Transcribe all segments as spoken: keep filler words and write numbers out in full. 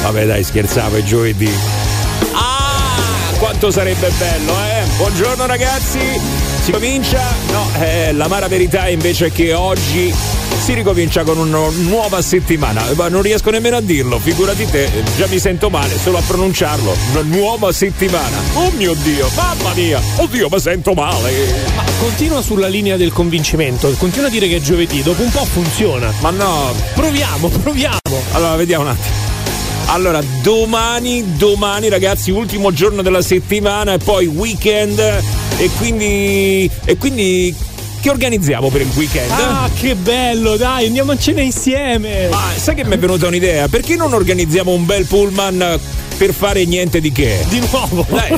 Vabbè dai, scherzavo, è giovedì. Ah, quanto sarebbe bello, eh? Buongiorno ragazzi, si comincia? No, eh, l'amara verità invece è che oggi si ricomincia con una nuova settimana, ma non riesco nemmeno a dirlo, figurati te, già mi sento male solo a pronunciarlo, una nuova settimana. Oh mio Dio, mamma mia, oddio, mi sento male. Ma continua sulla linea del convincimento, continua a dire che è giovedì, dopo un po' funziona. Ma no, proviamo, proviamo. Allora, vediamo un attimo. Allora, domani, domani ragazzi, ultimo giorno della settimana e poi weekend e quindi e quindi che organizziamo per il weekend? Ah, che bello, dai, andiamocene insieme. Ma sai che mi è venuta un'idea? Perché non organizziamo un bel pullman per fare niente di che? Di nuovo? Dai,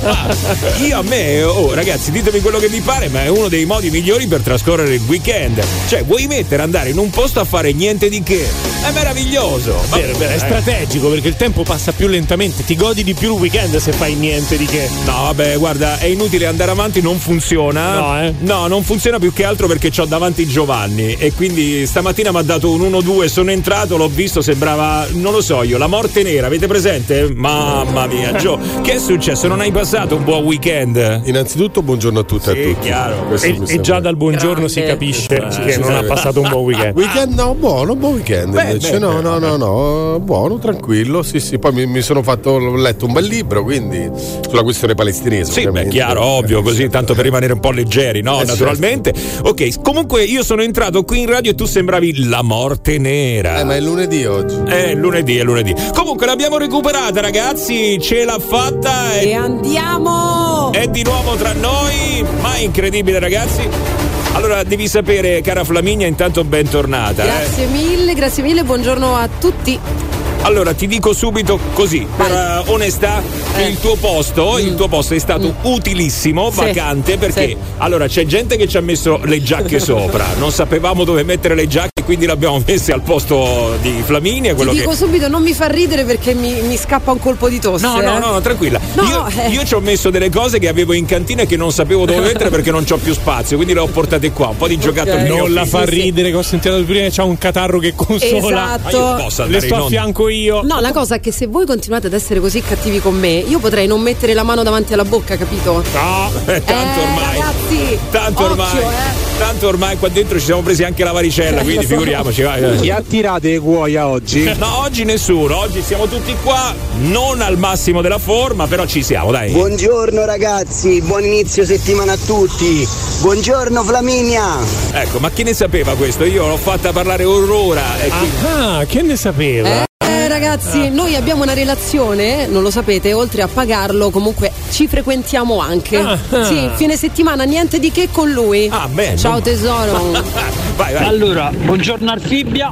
io a me, oh ragazzi, ditemi quello che vi pare, ma è uno dei modi migliori per trascorrere il weekend. Cioè, vuoi mettere andare in un posto a fare niente di che? È meraviglioso. Vero, vero, è eh. strategico perché il tempo passa più lentamente, ti godi di più il weekend se fai niente di che. No, vabbè, guarda, è inutile andare avanti, non funziona. No, eh? No, non funziona più che altro perché c'ho davanti Giovanni e quindi stamattina mi ha dato un uno due, sono entrato, l'ho visto, sembrava, non lo so io, la morte nera, avete presente? Mamma mia, Gio, che è successo? Non hai passato un buon weekend? Innanzitutto buongiorno a tutte sì, e a tutti. Chiaro. E, e già dal buongiorno Grande. si capisce Eh, che sì, non sì. ha passato un buon weekend. Weekend no, buono, buon weekend Beh, invece. beh, no, beh, no, no, no, buono, tranquillo. Sì, sì, poi mi, mi sono fatto, ho letto un bel libro, quindi sulla questione palestinese. Sì, beh, ovviamente. chiaro, ovvio, così tanto per rimanere un po' leggeri, no? Eh, Naturalmente. Ok, comunque io sono entrato qui in radio e tu sembravi la morte nera. Eh, ma è lunedì oggi. È lunedì, è lunedì. Comunque l'abbiamo recuperata, ragazzi, ce l'ha fatta E e andiamo! è di nuovo tra noi, ma incredibile, ragazzi. Allora, devi sapere, cara Flaminia, intanto bentornata. Grazie mille, grazie mille, buongiorno a tutti. Allora, ti dico subito così, per uh, onestà, che Eh. il tuo posto, Mm. il tuo posto è stato Mm. utilissimo, Sì. vacante, perché Sì. allora c'è gente che ci ha messo le giacche sopra, non sapevamo dove mettere le giacche, quindi le abbiamo messe al posto di Flaminia. Quello Ti dico che... subito, non mi fa ridere perché mi, mi scappa un colpo di tosse. No, no, eh. no, tranquilla. No, io, eh. io ci ho messo delle cose che avevo in cantina e che non sapevo dove mettere perché non c'ho più spazio, quindi le ho portate qua. Un po' di giocattoli. Ok. ne ho Non la finiti. fa Sì, sì. ridere che ho sentito prima che c'ha un catarro che consola. Esatto. Ma io posso Le andare sto in a onda? fianco io. No, la cosa è che se voi continuate ad essere così cattivi con me, io potrei non mettere la mano davanti alla bocca, capito? No. Eh, tanto Eh, ormai. ragazzi, Tanto occhio, ormai. eh. Tanto ormai qua dentro ci siamo presi anche la varicella, Eh, quindi lo so. figuriamoci. vai, vai. Chi ha tirato le cuoia oggi? No, oggi nessuno, oggi siamo tutti qua, non al massimo della forma, però ci siamo, dai. Buongiorno ragazzi, buon inizio settimana a tutti. Buongiorno Flaminia. Ecco, ma chi ne sapeva questo? Io l'ho fatta parlare orrora. E quindi... Ah, che ne sapeva? Eh, ragazzi, noi abbiamo una relazione, non lo sapete, oltre a pagarlo, comunque ci frequentiamo anche. Ah. Sì, fine settimana, niente di che con lui. Ah, bene. Ciao tesoro. vai, vai. Allora, buongiorno Alfibia,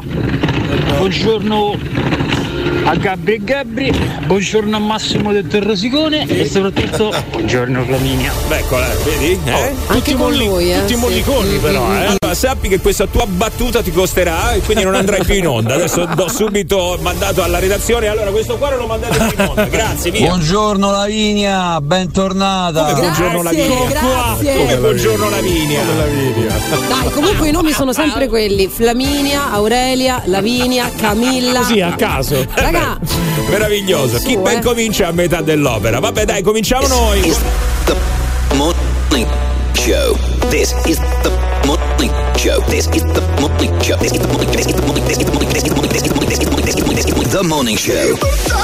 buongiorno a Gabri e Gabri, buongiorno a Massimo del Terrosicone e soprattutto buongiorno Flaminia. Eccola, vedi? Eh? Anche tutti con molli- lui, eh. tutti sì. molliconi, però, eh. Allora, sappi che questa tua battuta ti costerà e quindi non andrai più in onda. Adesso do subito mandato alla redazione. Allora, questo qua non lo mandate più in onda. Grazie, via. Buongiorno Lavinia, bentornata. Come buongiorno Grazie, Lavinia? grazie. Come buongiorno Lavinia? Dai, comunque i nomi sono sempre quelli: Flaminia, Aurelia, Lavinia, Camilla. Così a caso. Raga, Meraviglioso. Chi Su, ben eh. comincia a metà dell'opera. Vabbè, dai, cominciamo noi. Is the morning show. This is the morning show. This is the morning show. This is the morning. This is the morning. This is the morning. This is the morning. This is the morning. This is the morning. This is the morning. This is the morning. The morning show.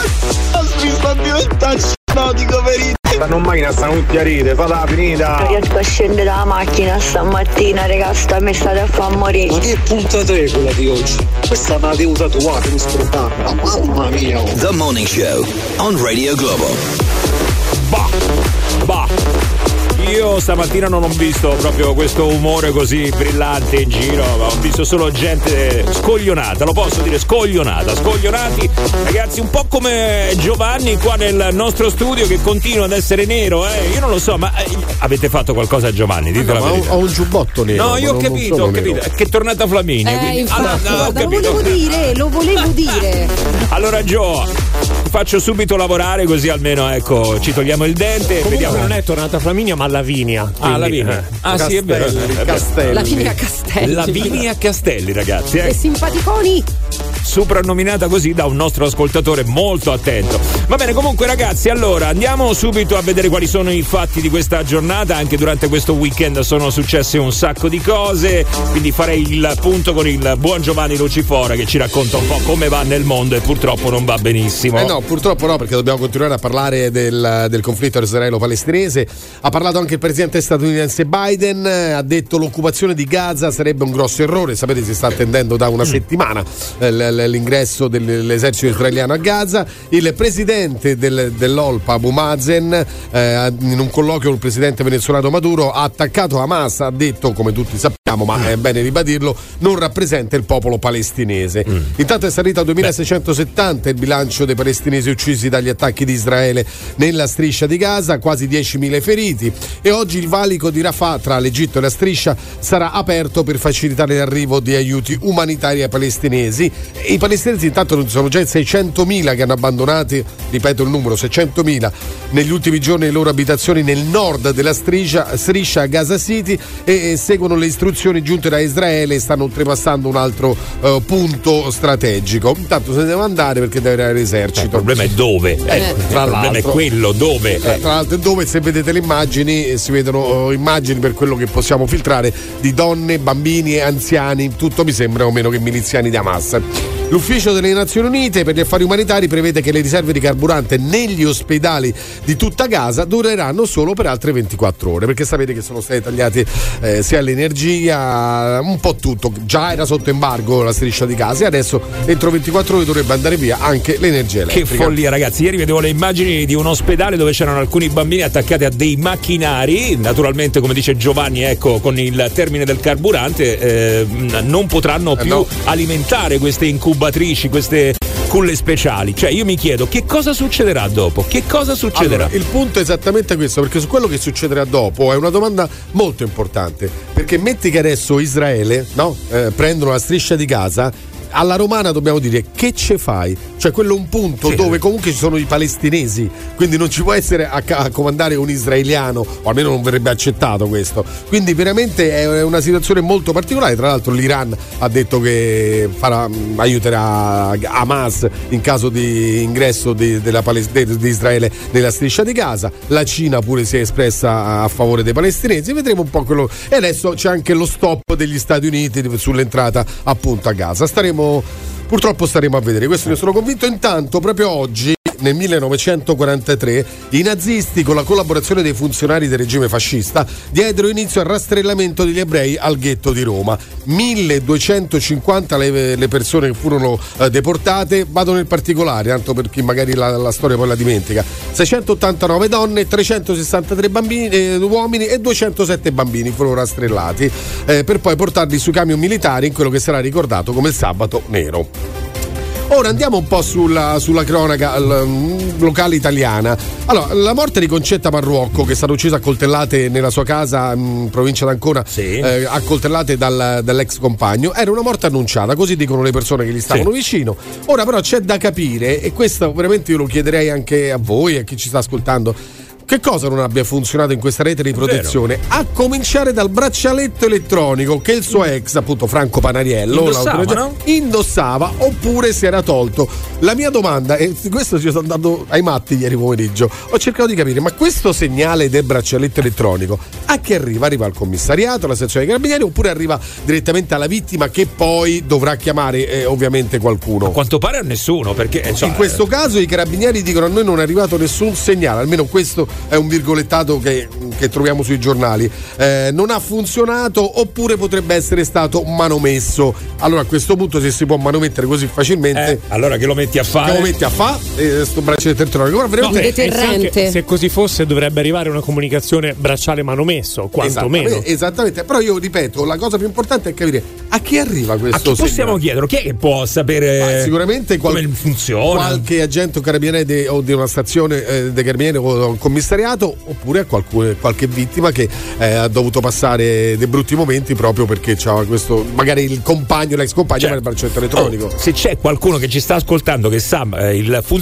Mi sta diventando notico per Stanno in macchina, stanno tutti a ride, falla finita. Non riesco a scendere dalla macchina stamattina, raga, sta mi state a far morire. Ma che puntata è quella di oggi? Questa me la devo tatuare, mi scordata. Mamma mia. The morning show on Radio Globo. Bah, bah. Io stamattina non ho visto proprio questo umore così brillante in giro, ma ho visto solo gente scoglionata, lo posso dire, scoglionata, scoglionati, ragazzi, un po' come Giovanni qua nel nostro studio che continua ad essere nero, eh. Io non lo so, ma eh, avete fatto qualcosa a Giovanni? Dite No, la ma ho, verità. ho un giubbotto nero. No, io ho non- non capito, sono ho capito, nero. che è tornata Flaminia. eh, quindi... infatti, Ah, no, ho guarda, lo capito. volevo dire, lo volevo dire. Allora Gio, ti faccio subito lavorare così almeno ecco ci togliamo il dente e Comunque vediamo. non è tornata Flaminia, ma Lavinia. Ah, quindi, Lavinia. eh. Ah, sì, è vero. Castelli, È vero. Castelli. Lavinia Castelli. Lavinia Castelli, ragazzi. E Eh. simpaticoni. soprannominata così da un nostro ascoltatore molto attento. Va bene, comunque ragazzi, allora andiamo subito a vedere quali sono i fatti di questa giornata. Anche durante questo weekend sono successe un sacco di cose, quindi farei il punto con il buon Giovanni Lucifora che ci racconta un po' come va nel mondo e purtroppo non va benissimo. Eh no, purtroppo no, perché dobbiamo continuare a parlare del, del conflitto israelo-palestinese. Ha parlato anche il presidente statunitense Biden, ha detto l'occupazione di Gaza sarebbe un grosso errore. Sapete, si sta attendendo da una settimana eh, l'ingresso dell'esercito israeliano a Gaza. Il presidente del, dell'Olpa Abu Mazen, eh, in un colloquio con il presidente venezuelano Maduro, ha attaccato Hamas, ha detto, come tutti sappiamo, ma è bene ribadirlo, non rappresenta il popolo palestinese. Mm. Intanto è salito a duemilaseicentosettanta il bilancio dei palestinesi uccisi dagli attacchi di Israele nella striscia di Gaza, quasi diecimila feriti, e oggi il valico di Rafah tra l'Egitto e la striscia sarà aperto per facilitare l'arrivo di aiuti umanitari ai palestinesi. I palestinesi intanto sono già in seicentomila che hanno abbandonato, ripeto il numero, seicentomila negli ultimi giorni le loro abitazioni nel nord della striscia, striscia a Gaza City, e, e seguono le istruzioni giunte da Israele e stanno oltrepassando un altro uh, punto strategico. Intanto se ne deve andare perché deve arrivare l'esercito. Eh, il problema è dove? Eh, eh, il problema è quello, dove? Eh, tra l'altro dove, se vedete le immagini, si vedono uh, immagini, per quello che possiamo filtrare, di donne, bambini e anziani, tutto mi sembra o meno che miliziani di Hamas. L'ufficio delle Nazioni Unite per gli affari umanitari prevede che le riserve di carburante negli ospedali di tutta Gaza dureranno solo per altre ventiquattro ore, perché sapete che sono state tagliate eh, sia l'energia, un po' tutto. Già era sotto embargo la striscia di Gaza e adesso entro ventiquattro ore dovrebbe andare via anche l'energia elettrica. Che follia, ragazzi. Ieri vedevo le immagini di un ospedale dove c'erano alcuni bambini attaccati a dei macchinari, naturalmente, come dice Giovanni, ecco, con il termine del carburante eh, non potranno più eh no. alimentare queste incubatrici, queste culle speciali. Cioè io mi chiedo che cosa succederà dopo? Che cosa succederà? Allora, il punto è esattamente questo, perché su quello che succederà dopo è una domanda molto importante, perché metti che adesso Israele, no, eh, prendono la striscia di Gaza. Alla romana dobbiamo dire che ce fai? Cioè quello è un punto sì. dove comunque ci sono i palestinesi, quindi non ci può essere a, a comandare un israeliano, o almeno non verrebbe accettato questo. Quindi veramente è una situazione molto particolare. Tra l'altro l'Iran ha detto che farà, aiuterà Hamas in caso di ingresso di, della Palestina, di Israele nella striscia di Gaza. La Cina pure si è espressa a favore dei palestinesi. Vedremo un po' quello. E adesso c'è anche lo stop degli Stati Uniti sull'entrata appunto a Gaza. Staremo Purtroppo staremo a vedere, questo ne sono convinto. Intanto proprio oggi, nel millenovecentoquarantatré, i nazisti, con la collaborazione dei funzionari del regime fascista, diedero inizio al rastrellamento degli ebrei al ghetto di Roma. milleduecentocinquanta le, le persone che furono eh, deportate. Vado nel particolare, tanto per chi magari la, la storia poi la dimentica: seicentottantanove donne, trecentosessantatré bambini, eh, uomini e duecentosette bambini furono rastrellati eh, per poi portarli sui camion militari in quello che sarà ricordato come il sabato nero. Ora andiamo un po' sulla, sulla cronaca l, locale italiana. Allora, la morte di Concetta Marruocco, che è stata uccisa a coltellate nella sua casa in provincia d'Ancona, sì. eh, a coltellate dal, dall'ex compagno, era una morte annunciata, così dicono le persone che gli stavano sì. vicino. Ora però c'è da capire, e questo veramente io lo chiederei anche a voi e a chi ci sta ascoltando, che cosa non abbia funzionato in questa rete di protezione, a cominciare dal braccialetto elettronico che il suo ex, appunto Franco Panariello, indossava, no? indossava, oppure si era tolto. La mia domanda, e questo ci sono andato ai matti ieri pomeriggio, ho cercato di capire, ma questo segnale del braccialetto elettronico a chi arriva? Arriva al commissariato, alla sezione dei carabinieri, oppure arriva direttamente alla vittima, che poi dovrà chiamare eh, ovviamente qualcuno? A quanto pare a nessuno, perché cioè, in questo caso i carabinieri dicono: a noi non è arrivato nessun segnale, almeno questo è un virgolettato che, che troviamo sui giornali. Eh, non ha funzionato, oppure potrebbe essere stato manomesso. Allora a questo punto, se si può manomettere così facilmente, eh, allora che lo metti a fare? Che lo metti a fare eh, sto braccialetto elettronico. Però veramente no, deterrente. Se così fosse, dovrebbe arrivare una comunicazione bracciale manomesso, quantomeno. Esattamente, esattamente. Però io ripeto, la cosa più importante è capire a chi arriva questo segnale. A chi possiamo chiedere? Chi è che può sapere? Ma sicuramente qual- come funziona? Qualche agente o carabiniere de- o di una stazione eh, dei carabinieri o un commissariato, oppure a qualcuno, qualche vittima che eh, ha dovuto passare dei brutti momenti proprio perché c'era questo, magari il compagno, l'ex compagno, cioè, aveva il braccialetto elettronico. Oh, se c'è qualcuno che ci sta ascoltando che sa eh, il funzionamento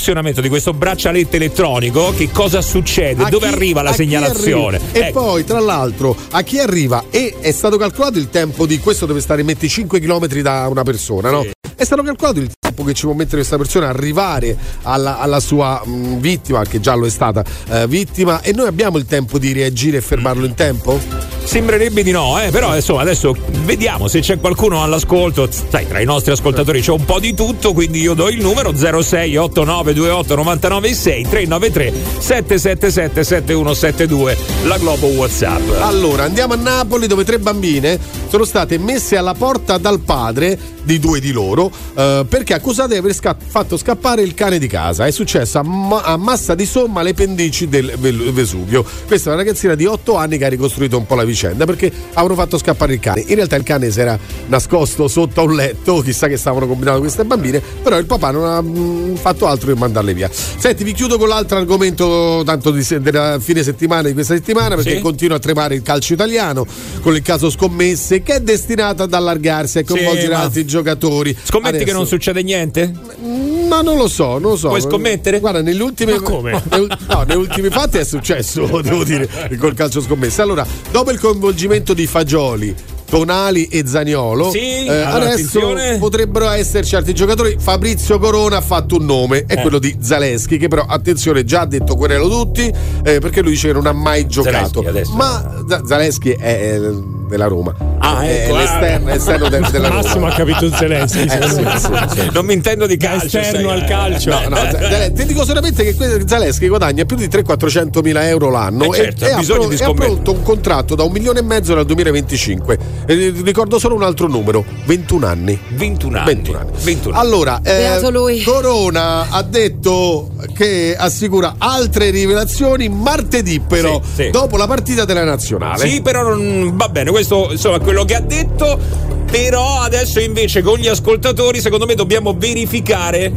funzionamento di questo braccialetto elettronico, che cosa succede? A Dove chi, arriva la segnalazione? Arriva. E ecco. Poi, tra l'altro, a chi arriva, e è stato calcolato il tempo di questo, deve stare metti cinque chilometri da una persona, sì. no? È stato calcolato il tempo che ci può mettere questa persona a arrivare alla, alla sua mh, vittima, che già lo è stata uh, vittima, e noi abbiamo il tempo di reagire e fermarlo in tempo? Sembrerebbe di no, eh? Però insomma adesso vediamo se c'è qualcuno all'ascolto. Sai, tra i nostri ascoltatori c'è un po' di tutto, quindi io do il numero zero sei otto nove due otto nove nove sei tre nove tre sette sette sette sette uno sette due, la Globo WhatsApp. Allora andiamo a Napoli, dove tre bambine sono state messe alla porta dal padre di due di loro eh, perché accusate di aver sca- fatto scappare il cane di casa. È successo a, ma- a Massa di Somma, alle pendici del Vel- Vesuvio. Questa è una ragazzina di otto anni che ha ricostruito un po' la vicenda, perché avevano fatto scappare il cane. In realtà il cane si era nascosto sotto a un letto, chissà che stavano combinando queste bambine, però il papà non ha mh, fatto altro che mandarle via. Senti, vi chiudo con l'altro argomento tanto di se- della fine settimana di questa settimana, perché sì. continua a tremare il calcio italiano con il caso scommesse, che è destinato ad allargarsi e coinvolgere sì, altri giocatori. Scommetti Adesso... che non succede niente? Ma non lo so, non lo so. Puoi scommettere? Guarda, negli ultimi. Ma come? No, negli ultimi fatti è successo, devo dire, col calcio scommesse. Allora, dopo il coinvolgimento di Fagioli, Tonali e Zaniolo, sì, eh, allora, adesso attenzione. potrebbero esserci altri giocatori. Fabrizio Corona ha fatto un nome, è eh. quello di Zaleschi, che però attenzione, già ha detto querelo tutti, eh, perché lui dice che non ha mai giocato. Ma Z- Zaleschi è, è della Roma. Ah, ecco, è l'esterno, ah, esterno de- della Roma. Massimo ha capito Zelensky. Eh, sì, sì, sì. Non mi intendo di calcio. Esterno sai, al calcio. No, no, Z- ti dico solamente che Zaleschi guadagna più di trecento-quattrocento mila euro l'anno, eh certo, e, e, ha bisogno pro- di e ha pronto un contratto da un milione e mezzo nel duemilaventicinque. E ricordo solo un altro numero: ventuno anni. ventuno anni. ventuno anni. ventuno. Allora, eh, lui. Corona ha detto che assicura altre rivelazioni martedì, però, sì, sì. dopo la partita della nazionale. Sì, però non va bene, questo insomma è quello che ha detto. Però adesso invece con gli ascoltatori secondo me dobbiamo verificare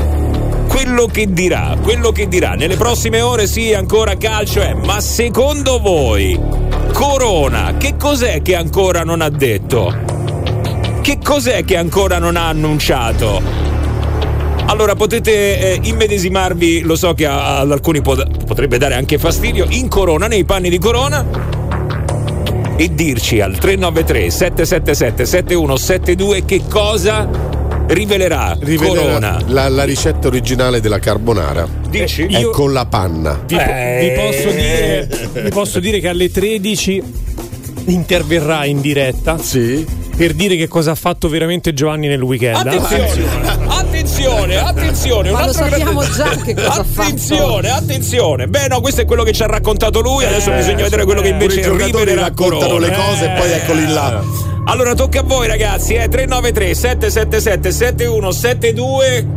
quello che dirà, quello che dirà nelle prossime ore. Sì, ancora calcio è, ma secondo voi Corona che cos'è che ancora non ha detto? Che cos'è che ancora non ha annunciato? Allora potete eh, immedesimarvi, lo so che a, ad alcuni pot- potrebbe dare anche fastidio, in Corona, nei panni di Corona, e dirci al tre nove tre sette sette sette sette uno sette due che cosa rivelerà, rivelerà Corona. La, la ricetta originale della carbonara. Dici? È Io... con la panna. Vi, eh... vi, posso dire, vi posso dire che alle tredici interverrà in diretta. Sì. Per dire che cosa ha fatto veramente Giovanni nel weekend. Attenzione, attenzione, attenzione. Ma un lo altro sappiamo grande... già che cosa attenzione, ha fatto. Attenzione, beh no, questo è quello che ci ha raccontato lui. Adesso eh, bisogna vedere quello che invece i rivelerà raccontano Corona. le cose eh. e poi eccoli là. Allora tocca a voi ragazzi, eh, tre nove tre sette sette sette sette uno sette due.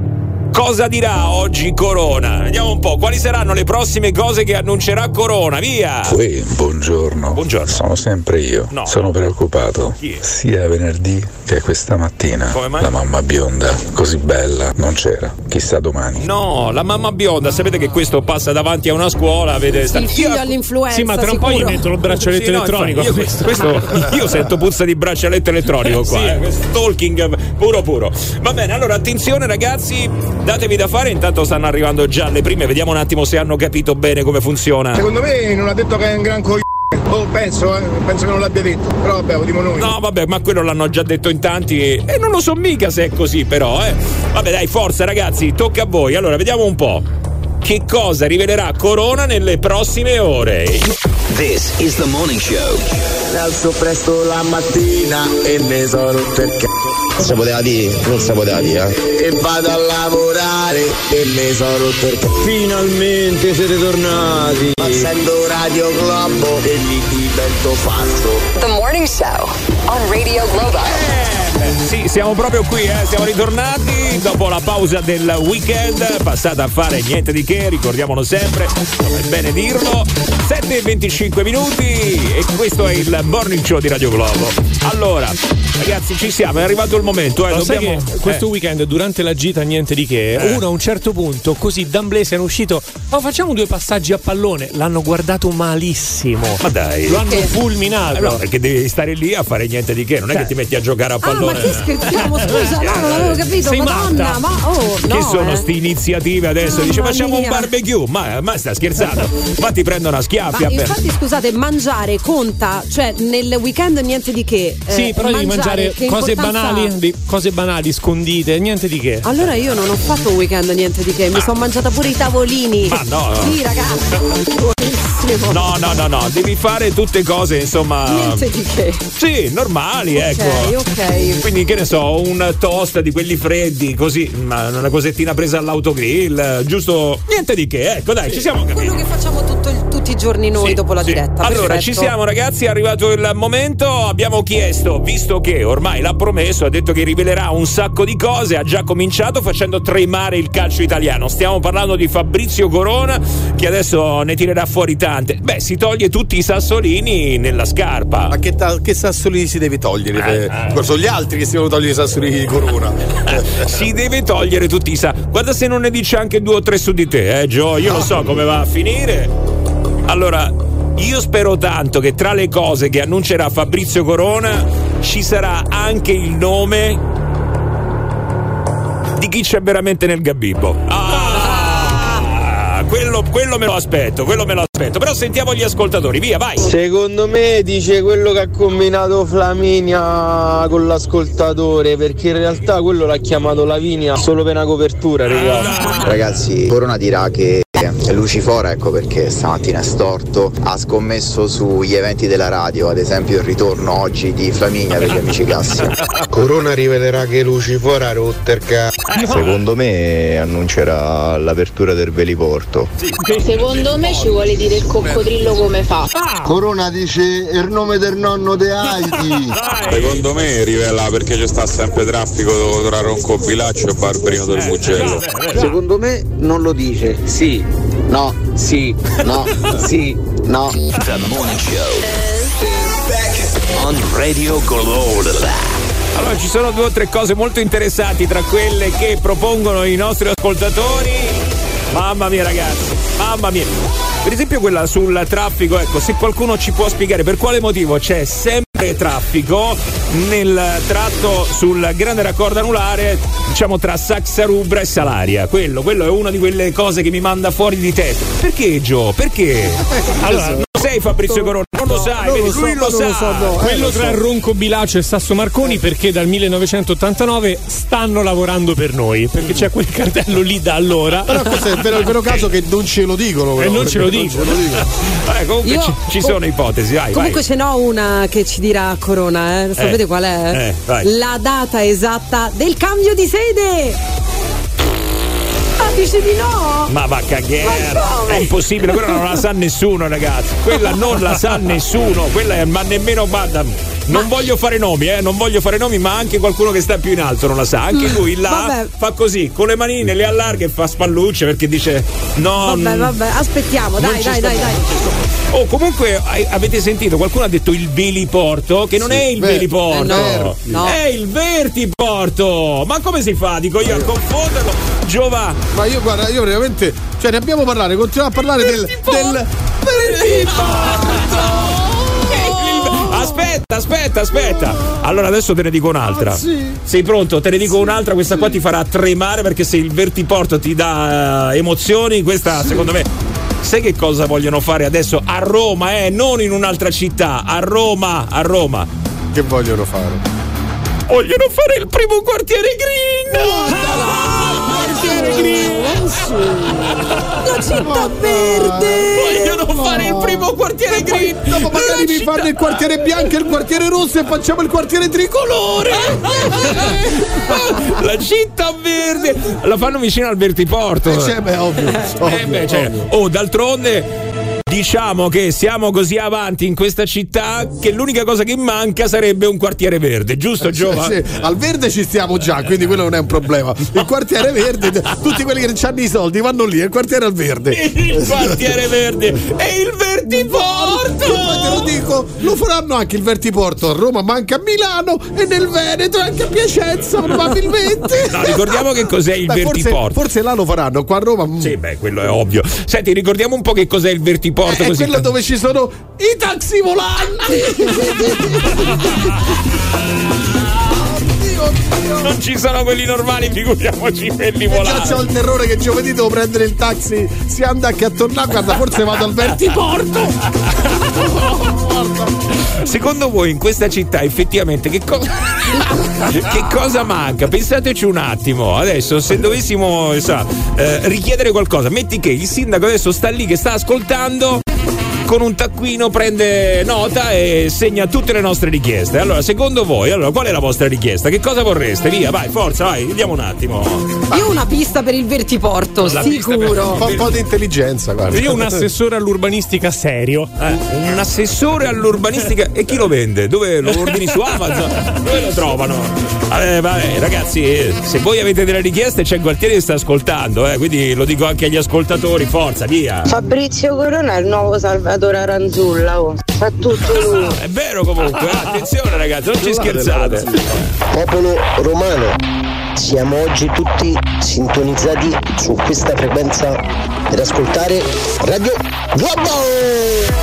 Cosa dirà oggi Corona? Vediamo un po', quali saranno le prossime cose che annuncerà Corona, via! Uè, buongiorno. Buongiorno. Sono sempre io. No. Sono preoccupato. Chi è? Sia venerdì che questa mattina. Come mai? La mamma bionda, così bella, non c'era. Chissà domani. No, la mamma bionda, sapete che questo passa davanti a una scuola, vede sta... Il figlio io... all'influenza. Sì, ma tra un po' gli mettono il braccialetto sì, no, elettronico. Io, questo, questo, io sento puzza di braccialetto elettronico qua, sì. eh, stalking puro puro. Va bene, allora attenzione ragazzi, datevi da fare, intanto stanno arrivando già le prime, vediamo un attimo se hanno capito bene come funziona. Secondo me non ha detto che è un gran coglione. Oh, penso, eh, penso che non l'abbia detto, però vabbè, lo dimo noi. No, vabbè, ma quello l'hanno già detto in tanti e, e non lo so mica se è così, però, eh. Vabbè, dai, forza ragazzi, tocca a voi. Allora, vediamo un po'. Che cosa rivelerà Corona nelle prossime ore? This is the morning show. Alzo presto la mattina e mi sono rotto il c***o. Si poteva dire, non si poteva dire, eh. E vado a lavorare e mi sono rotto il c***o. Finalmente siete tornati. Passando Radio Globo e mi divento pazzo. The Morning Show on Radio Globo. Eh, sì, siamo proprio qui, eh. Siamo ritornati dopo la pausa del weekend, passata a fare niente di che, ricordiamolo sempre, è bene dirlo. sette e venticinque minuti e questo è il Morning Show di Radio Globo. Allora, ragazzi, ci siamo, è arrivato il momento, eh. Ma sai Dobbiamo... che questo eh. weekend durante la gita niente di che, Eh. uno a un certo punto così d'amblese è uscito, oh, facciamo due passaggi a pallone, l'hanno guardato malissimo. Ma dai, lo hanno fulminato. Eh no, perché devi stare lì a fare niente di che, non è Cioè. che ti metti a giocare a Ah, pallone. ma che scherziamo, scusa, no, non avevo capito. Sei Madonna, matta. ma oh, no. Che sono eh. sti iniziative adesso? Mamma Dice facciamo mia. un barbecue. Ma, ma sta scherzando? Ma ti prendono a schiaffi. Ma a pe- infatti scusate, mangiare conta, cioè nel weekend niente di che. Sì, eh, però devi mangiare che cose importanza banali, ha? di- cose banali, scondite, niente di che. Allora io non ho fatto un weekend niente di che, mi sono mangiata pure i tavolini. Ma no, no. Sì, ragazzi. Buonissimo. No, no, no, no, devi fare tutte cose, insomma. Niente di che. Sì, normali, Ok, ecco. ok. Quindi che ne so, un toast di quelli freddi, così, ma una cosettina presa all'autogrill, giusto? Niente di che, ecco, dai, ci siamo capiti. Quello che facciamo tutto il- tutti i giorni noi Sì, dopo la sì. diretta. Allora, Perfetto. ci siamo ragazzi, è arrivato il momento, abbiamo chiesto, visto che ormai l'ha promesso, ha detto che rivelerà un sacco di cose, ha già cominciato facendo tremare il calcio italiano. Stiamo parlando di Fabrizio Corona, che adesso ne tirerà fuori tante. Beh, si toglie tutti i sassolini nella scarpa. Ma che, ta- che sassolini si deve togliere? Eh, Eh, Sono gli altri che si devono togliere i sassolini di Corona. Si deve togliere tutti i sa. Guarda se non ne dice anche due o tre su di te, eh Gio, io lo so come va a finire. Allora, io spero tanto che tra le cose che annuncerà Fabrizio Corona ci sarà anche il nome di chi c'è veramente nel gabibbo. Ah, quello, quello me lo aspetto, quello me lo aspetto. Però sentiamo gli ascoltatori, via, vai. Secondo me dice quello che ha combinato Flaminia con l'ascoltatore, perché in realtà quello l'ha chiamato Lavinia solo per una copertura, raga. Ragazzi, Corona dirà che è Lucifora, ecco perché stamattina è storto. Ha scommesso sugli eventi della radio, ad esempio il ritorno oggi di Flaminia per gli amici classi. Corona rivelerà che Lucifora rotta il c***o. Secondo me annuncerà l'apertura del veliporto. Secondo me ci vuole dire il coccodrillo come fa. Corona dice il nome del nonno de Heidi. Secondo me rivela perché c'è sta sempre traffico tra Ronco Bilaccio e Barberino del Mugello. Secondo me non lo dice. Sì, no, sì, no, sì, no. The Morning Show on Radio Globo. Allora, ci sono due o tre cose molto interessanti tra quelle che propongono i nostri ascoltatori. Mamma mia ragazzi, mamma mia. Per esempio quella sul traffico, ecco, se qualcuno ci può spiegare per quale motivo c'è sempre traffico nel tratto sul grande raccordo anulare, diciamo tra Saxa Rubra e Salaria. Quello, quello è una di quelle cose che mi manda fuori di testa. Perché Gio? Perché? Allora, non sei Fabrizio Corona, non lo sai, non vedi, lo so, lui lo non lo sa. so, no. Quello Eh, lo tra so. Ronco Bilacio e Sasso Marconi, perché dal millenovecentottantanove stanno lavorando per noi, perché c'è quel cartello lì da allora. Però questo è il vero, il vero caso che non ce lo dicono. E però, non ce lo perché dicono. ce lo dicono. Vabbè, comunque Io- ci, ci sono ipotesi, vai, Comunque vai. ce n'ho una che ci dirà Corona, eh. Sapete Eh. qual è? Eh, vai. La data esatta del cambio di sede. Ah, dice di no? Ma va a cagare, Ma come? è impossibile, quella non la sa nessuno ragazzi, quella non la sa nessuno, quella è, ma nemmeno guarda, non voglio fare nomi, eh, non voglio fare nomi, ma anche qualcuno che sta più in alto non la sa, anche lui là Vabbè. fa così, con le manine le allarga e fa spallucce perché dice no. Vabbè, mm, vabbè, aspettiamo, non dai, ci dai, sto- dai, dai. Oh, comunque ai- avete sentito, qualcuno ha detto il veliporto, che non Sì. è il Beh, veliporto, eh, no, no. è il vertiporto. Ma come si fa? Dico io a confonderlo. Giova, Ma io guarda, io veramente. Cioè ne abbiamo parlato, continuiamo a parlare del. del Aspetta, aspetta, aspetta. Allora adesso te ne dico un'altra. Ah, sì. Sei pronto? Te ne dico un'altra, questa qua ti farà tremare perché se il vertiporto ti dà eh, emozioni, questa secondo me. Sai che cosa vogliono fare adesso a Roma, eh? Non in un'altra città, a Roma, a Roma. Che vogliono fare? Vogliono fare il primo quartiere green! Quartiere green! La città verde. Vogliono fare il primo quartiere green! Dopo magari mi fanno il quartiere bianco e il quartiere rosso e facciamo il quartiere tricolore! La città verde! La fanno vicino al vertiporto! Eh, cioè, beh, ovvio, Eh, ovvio, beh, cioè, ovvio. oh, d'altronde diciamo che siamo così avanti in questa città che l'unica cosa che manca sarebbe un quartiere verde, giusto Giova? Sì, sì. Al verde ci stiamo già, quindi quello non è un problema. Il quartiere verde, tutti quelli che non hanno i soldi vanno lì, il quartiere al verde. Il quartiere verde e il vertiporto! Io poi te lo dico, lo faranno anche il vertiporto a Roma, ma anche a Milano e nel Veneto e anche a Piacenza probabilmente. No, ricordiamo che cos'è il Dai, forse, vertiporto. forse là lo faranno, qua a Roma. mm. Sì, beh, quello è ovvio. Senti, ricordiamo un po' che cos'è il vertiporto. È Così quello dove ci sono i taxi volanti. Non ci sono quelli normali, figuriamoci quelli volanti. Già c'ho il terrore che giovedì devo prendere il taxi, si anda che a tornare, guarda, forse vado al Vertiporto. Secondo voi in questa città effettivamente che cosa che cosa manca? Pensateci un attimo. Adesso se dovessimo so, eh, richiedere qualcosa, metti che il sindaco adesso sta lì che sta ascoltando, con un taccuino prende nota e segna tutte le nostre richieste. Allora, secondo voi, allora, qual è la vostra richiesta? Che cosa vorreste? Via, vai, forza, vai, vediamo un attimo. Io ho una pista per il Vertiporto, La sicuro. Un po', un po' di intelligenza, guarda. Io un assessore all'urbanistica serio. Eh, un assessore all'urbanistica. E chi lo vende? Dove lo ordini su Amazon? Dove lo trovano? Vabbè, vabbè, ragazzi, se voi avete delle richieste c'è Gualtieri che sta ascoltando, eh, quindi lo dico anche agli ascoltatori, forza, via. Fabrizio Corona è il nuovo Salvatore Aranzulla, oh. Fa tutto lui. È vero comunque, eh, attenzione ragazzi, non ci scherzate. Popolo romano, siamo oggi tutti sintonizzati su questa frequenza per ascoltare Radio Globo.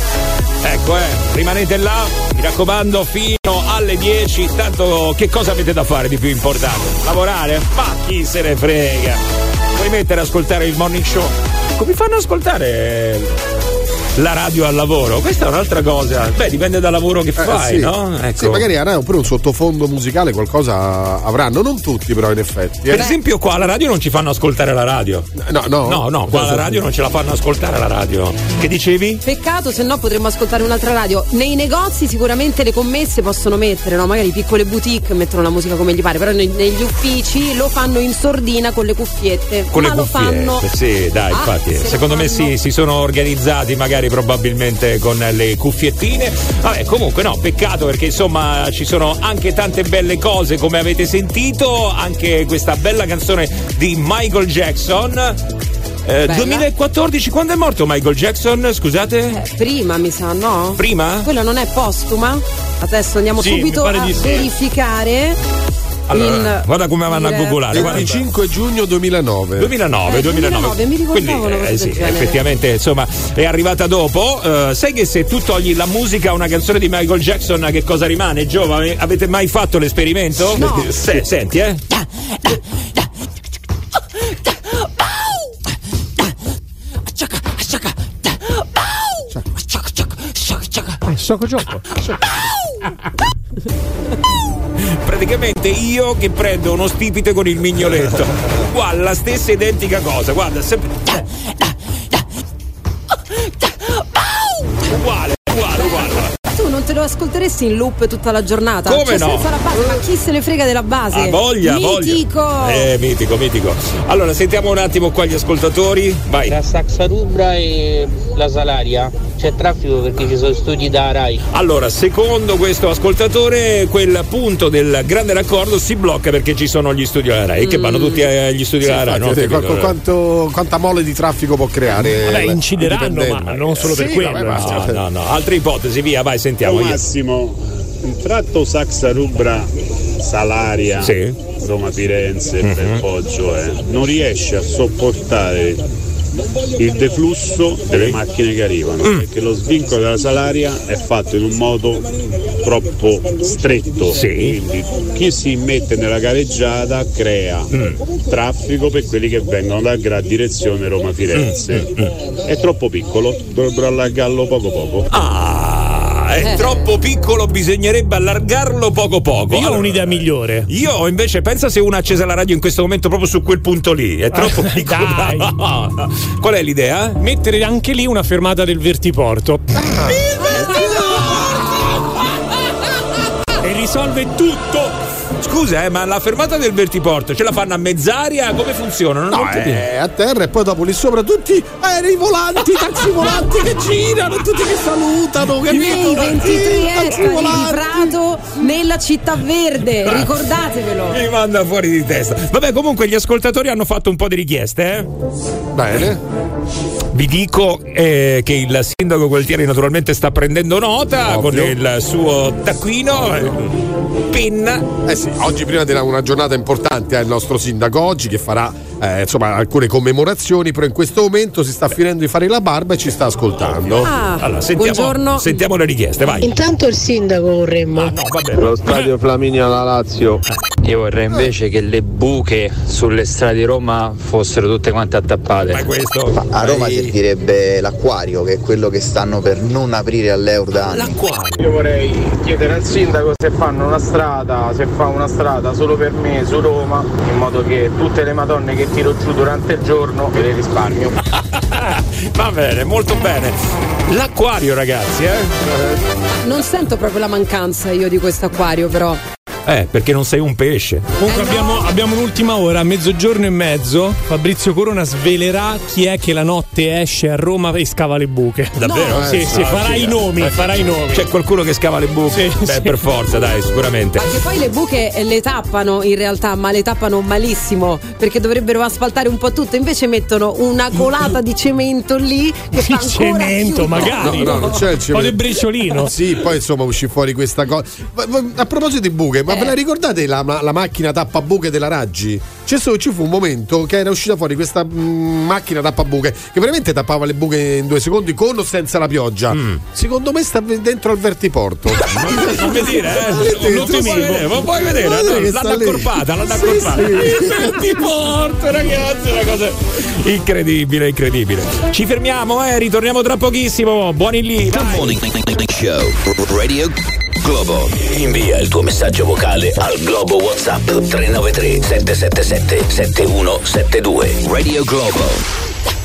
Ecco, eh, rimanete là, mi raccomando, fino alle dieci. Tanto che cosa avete da fare di più importante? Lavorare? Ma chi se ne frega? Puoi mettere ad ascoltare il morning show? Come fanno ad ascoltare la radio al lavoro? Questa è un'altra cosa. Beh, dipende dal lavoro che fai, eh, sì. no? Ecco. Sì, magari avranno pure un sottofondo musicale, qualcosa avranno, non tutti però in effetti. Eh. Per esempio qua alla radio non ci fanno ascoltare la radio. No, no. No, no, qua alla radio non ce la fanno ascoltare la radio. Che dicevi? Peccato, se no potremmo ascoltare un'altra radio. Nei negozi sicuramente le commesse possono mettere, no? Magari piccole boutique mettono la musica come gli pare, però nei, negli uffici lo fanno in sordina con le cuffiette. Con Ma le lo cuffiette, fanno. sì, dai, Ah, infatti. se Secondo lo me fanno. sì, si sono organizzati magari probabilmente con le cuffiettine. Vabbè, comunque no, peccato perché insomma ci sono anche tante belle cose come avete sentito, anche questa bella canzone di Michael Jackson. Eh, duemilaquattordici, quando è morto Michael Jackson? Scusate? Eh, prima mi sa, no? Prima? Quella non è postuma? Adesso andiamo Sì, subito mi pare a di sì. verificare. Allora, il guarda come vanno a diretto. googolare. guarda. venticinque giugno duemilanove. duemilanove, Eh, duemilanove. duemilanove, mi ricordavo Quindi, una cosa eh, sì, del genere. effettivamente insomma è arrivata dopo. Uh, sai che se tu togli la musica a una canzone di Michael Jackson, che cosa rimane? Giova, avete mai fatto l'esperimento? No. Se, senti, eh? Sciocco gioco. Praticamente io che prendo uno stipite con il mignoletto. Guarda, la stessa identica cosa, guarda, sempre. Uguale, uguale, uguale. Tu non te lo ascolteresti in loop tutta la giornata? Come Cioè, no? senza la base, ma chi se ne frega della base? Ah, voglia, Mitico. voglia. Eh, mitico, mitico. Allora, sentiamo un attimo qua gli ascoltatori. Vai. Tra Saxarubra e la Salaria c'è traffico perché ci sono studi da Rai. Allora, secondo questo ascoltatore, quel punto del grande raccordo si blocca perché ci sono gli studi della Rai, mm. che vanno tutti agli studi Sì, della Rai. infatti, No? quanto, quanto, quanta mole di traffico può creare? Vabbè, il- incideranno, il ma dipendente? non solo per Sì, quello. vabbè, ma- No, no, no. Altre ipotesi, via, vai, sentiamo. Al Io. massimo, il tratto Saxarubra Salaria, Sì. Roma Firenze, Mhm. Bel Poggio, eh, non riesce a sopportare il deflusso delle macchine che arrivano, Mm. perché lo svincolo della Salaria è fatto in un modo troppo stretto, Sì. quindi chi si immette nella gareggiata crea Mm. traffico per quelli che vengono da gra- direzione Roma Firenze. È troppo piccolo, dovrebbero allargarlo poco poco. Ah, è Eh. troppo piccolo, bisognerebbe allargarlo poco poco. Io ho Allora, un'idea migliore. Io invece pensa se uno ha accesa la radio in questo momento proprio su quel punto lì. È troppo Ah, piccolo. dai. Qual è l'idea? Mettere anche lì una fermata del Vertiporto. E risolve tutto. Scusa, eh, ma la fermata del Vertiporto ce la fanno a mezz'aria? Come funziona? Non ho No, capito. è a terra e poi dopo lì sopra tutti aerei volanti, taxi volanti che girano, tutti che salutano, Nei capito? ventitré Taxi ettari di volanti. Prato nella città verde, ricordatevelo. Mi manda fuori di testa. Vabbè, comunque gli ascoltatori hanno fatto un po' di richieste, eh? Bene. Vi dico eh, che il sindaco Gualtieri naturalmente sta prendendo nota. Ovvio. Con il suo taccuino, eh, penna. Eh sì, oggi prima di una giornata importante ha il nostro sindaco oggi che farà eh, insomma alcune commemorazioni, però in questo momento si sta finendo di fare la barba e ci sta ascoltando. Ah, allora, sentiamo, buongiorno. sentiamo le richieste, vai. Intanto il sindaco vorremmo. Ah, no, vabbè. Lo stadio Flaminia alla Lazio. Io vorrei invece che le buche sulle strade di Roma fossero tutte quante attappate. Ma questo A Roma servirebbe l'acquario, che è quello che stanno per non aprire all'Euro da anni. l'acquario. Io vorrei chiedere al sindaco se fanno una strada, se fa una strada solo per me su Roma, in modo che tutte le madonne che tiro giù durante il giorno me le risparmio. Va bene, molto bene. L'acquario, ragazzi, eh? Non sento proprio la mancanza io di questo acquario, però. Eh, perché non sei un pesce. Comunque Eh no. abbiamo, abbiamo un'ultima ora, a mezzogiorno e mezzo. Fabrizio Corona svelerà chi è che la notte esce a Roma e scava le buche. Davvero? No, sì, Eh, sì, ah, farà sì, i eh. nomi, Eh, farà i nomi. C'è qualcuno che scava le buche? Sì, Beh, sì. per forza, dai, sicuramente. Ma che poi le buche le tappano in realtà, ma le tappano malissimo, perché dovrebbero asfaltare un po' tutto, invece mettono una colata di cemento lì che fa Di ancora cemento, più- magari. No, no, non c'è il Un po' cemento. di briciolino. Sì, poi insomma uscì fuori questa cosa. Ma- ma- A proposito di buche, ma Eh. ve la ricordate la, la macchina tappabuche della Raggi? C'è solo, ci fu un momento che era uscita fuori questa mm, macchina tappabuche che veramente tappava le buche in due secondi con o senza la pioggia. Mm. Secondo me sta dentro al vertiporto. Non mi dire, eh? Vedete, Non tu puoi sai- vedere, ma puoi vedere, Guarda no, che l'hanno sta lì. accorpata, l'hanno Sì, accorpata. sì. Ti porto, ragazzi, una cosa incredibile, incredibile. Ci fermiamo, eh, ritorniamo tra pochissimo. Buoni lì, The dai. Morning Show Radio Globo. Invia il tuo messaggio vocale al Globo WhatsApp tre nove tre sette sette sette sette uno sette due. Radio Globo.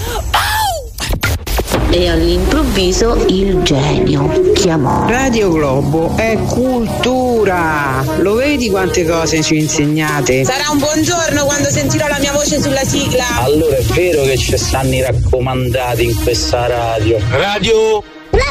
E all'improvviso il genio chiamò. Radio Globo è cultura. Lo vedi quante cose ci insegnate? Sarà un buongiorno quando sentirò la mia voce sulla sigla. Allora è vero che ci stanno i raccomandati in questa radio. Radio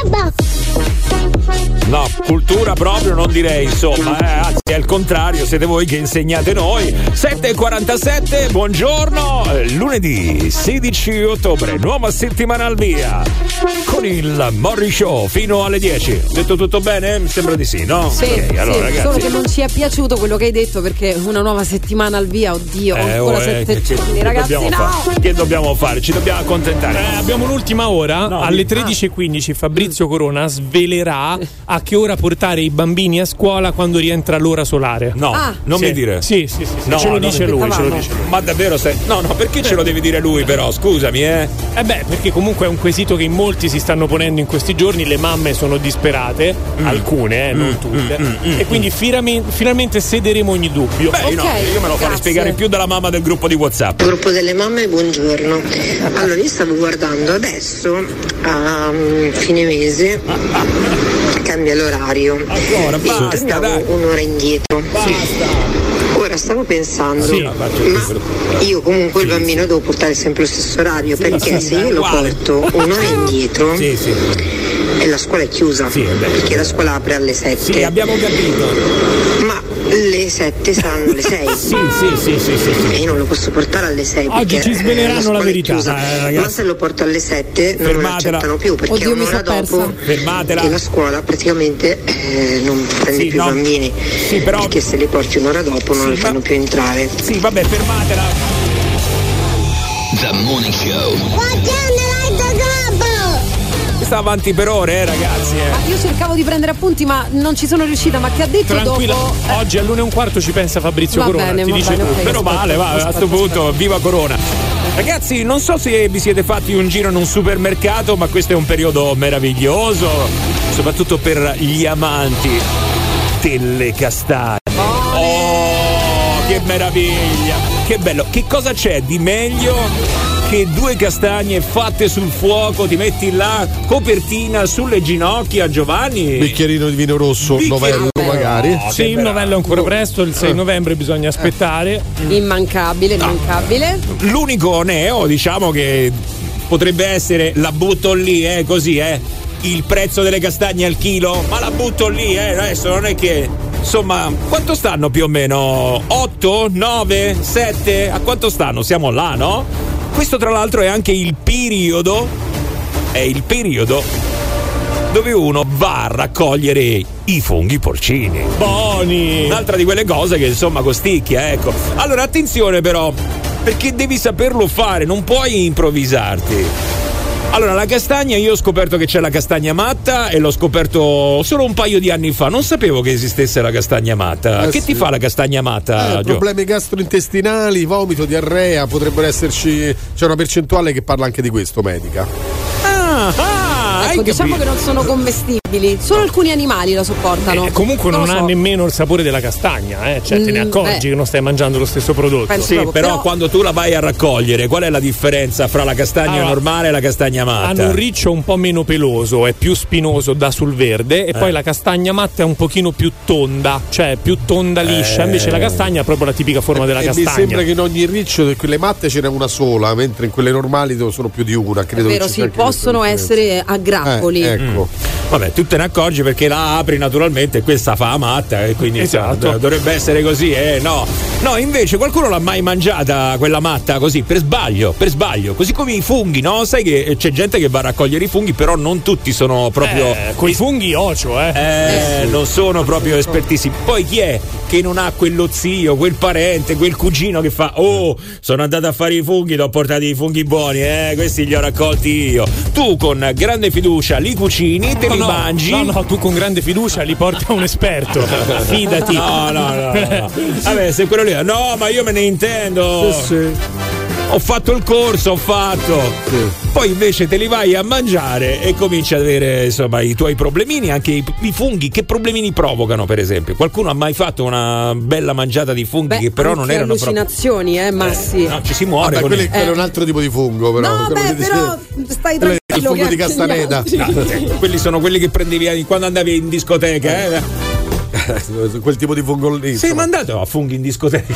No, cultura proprio non direi, insomma, eh, anzi è il contrario, siete voi che insegnate noi. sette e quarantasette, buongiorno, eh, lunedì sedici ottobre, nuova settimana al via, con il Morning Show fino alle dieci. Detto tutto bene? Mi sembra di sì, no? Sì, Ok, allora sì, ragazzi. solo che non ci è piaciuto quello che hai detto, perché una nuova settimana al via, oddio, Eh, ancora oh, eh, sette che, giorni, che ragazzi, dobbiamo no! fare? Che dobbiamo fare? Ci dobbiamo accontentare. Eh, abbiamo un'ultima ora, No, alle di- tredici e quindici Fabrizio Corona svelerà a che ora portare i bambini a scuola quando rientra l'ora solare. No, Ah. non Sì. mi dire. Sì, sì, sì, sì. No, ce lo no, dice lui, ce lo dice lui. Ma davvero stai. No, no, perché ce lo devi dire lui, però? Scusami, eh. Eh beh, perché comunque è un quesito che in molti si stanno ponendo in questi giorni, le mamme sono disperate, alcune, eh, non tutte, e quindi firame- finalmente sederemo ogni dubbio. Beh, no, io me lo farei grazie. spiegare più dalla mamma del gruppo di WhatsApp. Gruppo delle mamme, buongiorno. Allora, io stavo guardando adesso a mm, fine mese cambia l'orario Ancora, e basta, torniamo dai. un'ora indietro. Basta. Ora stavo pensando, Sì. ma io comunque il bambino devo portare sempre lo stesso orario, perché se io lo uguale. porto un'ora indietro Sì, sì. e la scuola è chiusa, Sì, è vero. perché la scuola apre alle sette. Sì, abbiamo capito. Ma le sette saranno le sei. Sì, sì, sì, sì, sì, E sì. io non lo posso portare alle sei. Oggi perché, ci sveleranno eh, la scuola è verità. chiusa. Eh, ragazzi. Ma se lo porto alle sette non me lo Fermatela. accettano più, perché Oddio, mi un'ora so persa. dopo Fermatela. che la scuola praticamente eh, non prende Sì, più no. i bambini. Sì, però- Perché se li porti un'ora dopo non Sì, li fanno ma- più entrare. Sì, vabbè, fermatela. The Morning Show. Sta avanti per ore, eh, ragazzi. Eh. Ah, io cercavo di prendere appunti, ma non ci sono riuscita. Ma che ha detto Tranquilla, dopo? Eh, oggi all'una e un quarto ci pensa Fabrizio Va Corona, bene, ti va dice bene, tutto. ok. Meno aspetta, male, va, a aspetta, questo punto, viva Corona. Ragazzi, non so se vi siete fatti un giro in un supermercato, ma questo è un periodo meraviglioso, soprattutto per gli amanti delle castagne. Oh, che meraviglia! Che bello! Che cosa c'è di meglio che due castagne fatte sul fuoco, ti metti là, copertina sulle ginocchia, Giovanni? Bicchierino di vino rosso, Bicchierino. novello magari. Oh, Sì, che il bello. novello è ancora presto, il sei novembre bisogna aspettare. Immancabile, immancabile. L'unico neo, diciamo, che potrebbe essere, la butto lì, eh, così, eh. Il prezzo delle castagne al chilo, ma la butto lì, eh. Adesso non è che. Insomma, quanto stanno più o meno? otto, nove, sette? A quanto stanno? Siamo là, no? Questo tra l'altro è anche il periodo, è il periodo dove uno va a raccogliere i funghi porcini. Buoni! Un'altra di quelle cose che insomma costicchia, ecco. Allora attenzione però, perché devi saperlo fare, non puoi improvvisarti. Allora, la castagna, io ho scoperto che c'è la castagna matta e l'ho scoperto solo un paio di anni fa. Non sapevo che esistesse la castagna matta. Eh che sì. ti fa la castagna matta? Eh, problemi gastrointestinali, vomito, diarrea, potrebbero esserci. C'è una percentuale che parla anche di questo, medica. Ah, ah, ecco, diciamo che non sono commestibili, solo alcuni animali la sopportano. Eh, comunque non, non ha so. nemmeno il sapore della castagna, eh? Cioè mm, te ne accorgi beh. che non stai mangiando lo stesso prodotto. Penso sì, però, però quando tu la vai a raccogliere, qual è la differenza fra la castagna allora, normale e la castagna matta? Hanno un riccio un po' meno peloso, è più spinoso da sul verde e eh. poi la castagna matta è un pochino più tonda, cioè più tonda liscia, eh. invece la castagna ha proprio la tipica forma e, della e castagna. Mi sembra che in ogni riccio di quelle matte ce n'è una sola, mentre in quelle normali sono più di una. Credo è vero, che sì, possono essere a grappoli. Eh, ecco. Mm. Vabbè, tu te ne accorgi perché la apri naturalmente e questa fa matta e quindi esatto. dovrebbe essere così, eh? No. No, invece qualcuno l'ha mai mangiata quella matta così per sbaglio, per sbaglio, così come i funghi, no? Sai che c'è gente che va a raccogliere i funghi, però non tutti sono proprio eh, con i funghi ocio, eh. Eh, non sono proprio espertissimi. Poi chi è che non ha quello zio, quel parente, quel cugino che fa "Oh, sono andato a fare i funghi, ti ho portato i funghi buoni, eh, questi li ho raccolti io". Tu con grande fiducia li cucini, te no, li no, mangi. No, no, tu con grande fiducia li porti a un esperto. Fidati. No, no, no, no. Vabbè, se quello lì. No, ma io me ne intendo. Sì, sì. Ho fatto il corso, ho fatto. Sì. Poi invece te li vai a mangiare e cominci ad avere insomma i tuoi problemini, anche i, i funghi. Che problemini provocano, per esempio? Qualcuno ha mai fatto una bella mangiata di funghi beh, che però non erano allucinazioni, proprio... eh, ma eh, sì. No, ci si muore. Vabbè, con quello, il... quello è un altro tipo di fungo, però. No, beh, però dice... stai tranquillo. Il fungo di Castaneda. No, quelli sono quelli che prendevi quando andavi in discoteca, eh? Quel tipo di fungo lì. Sei mandato a funghi in discoteca?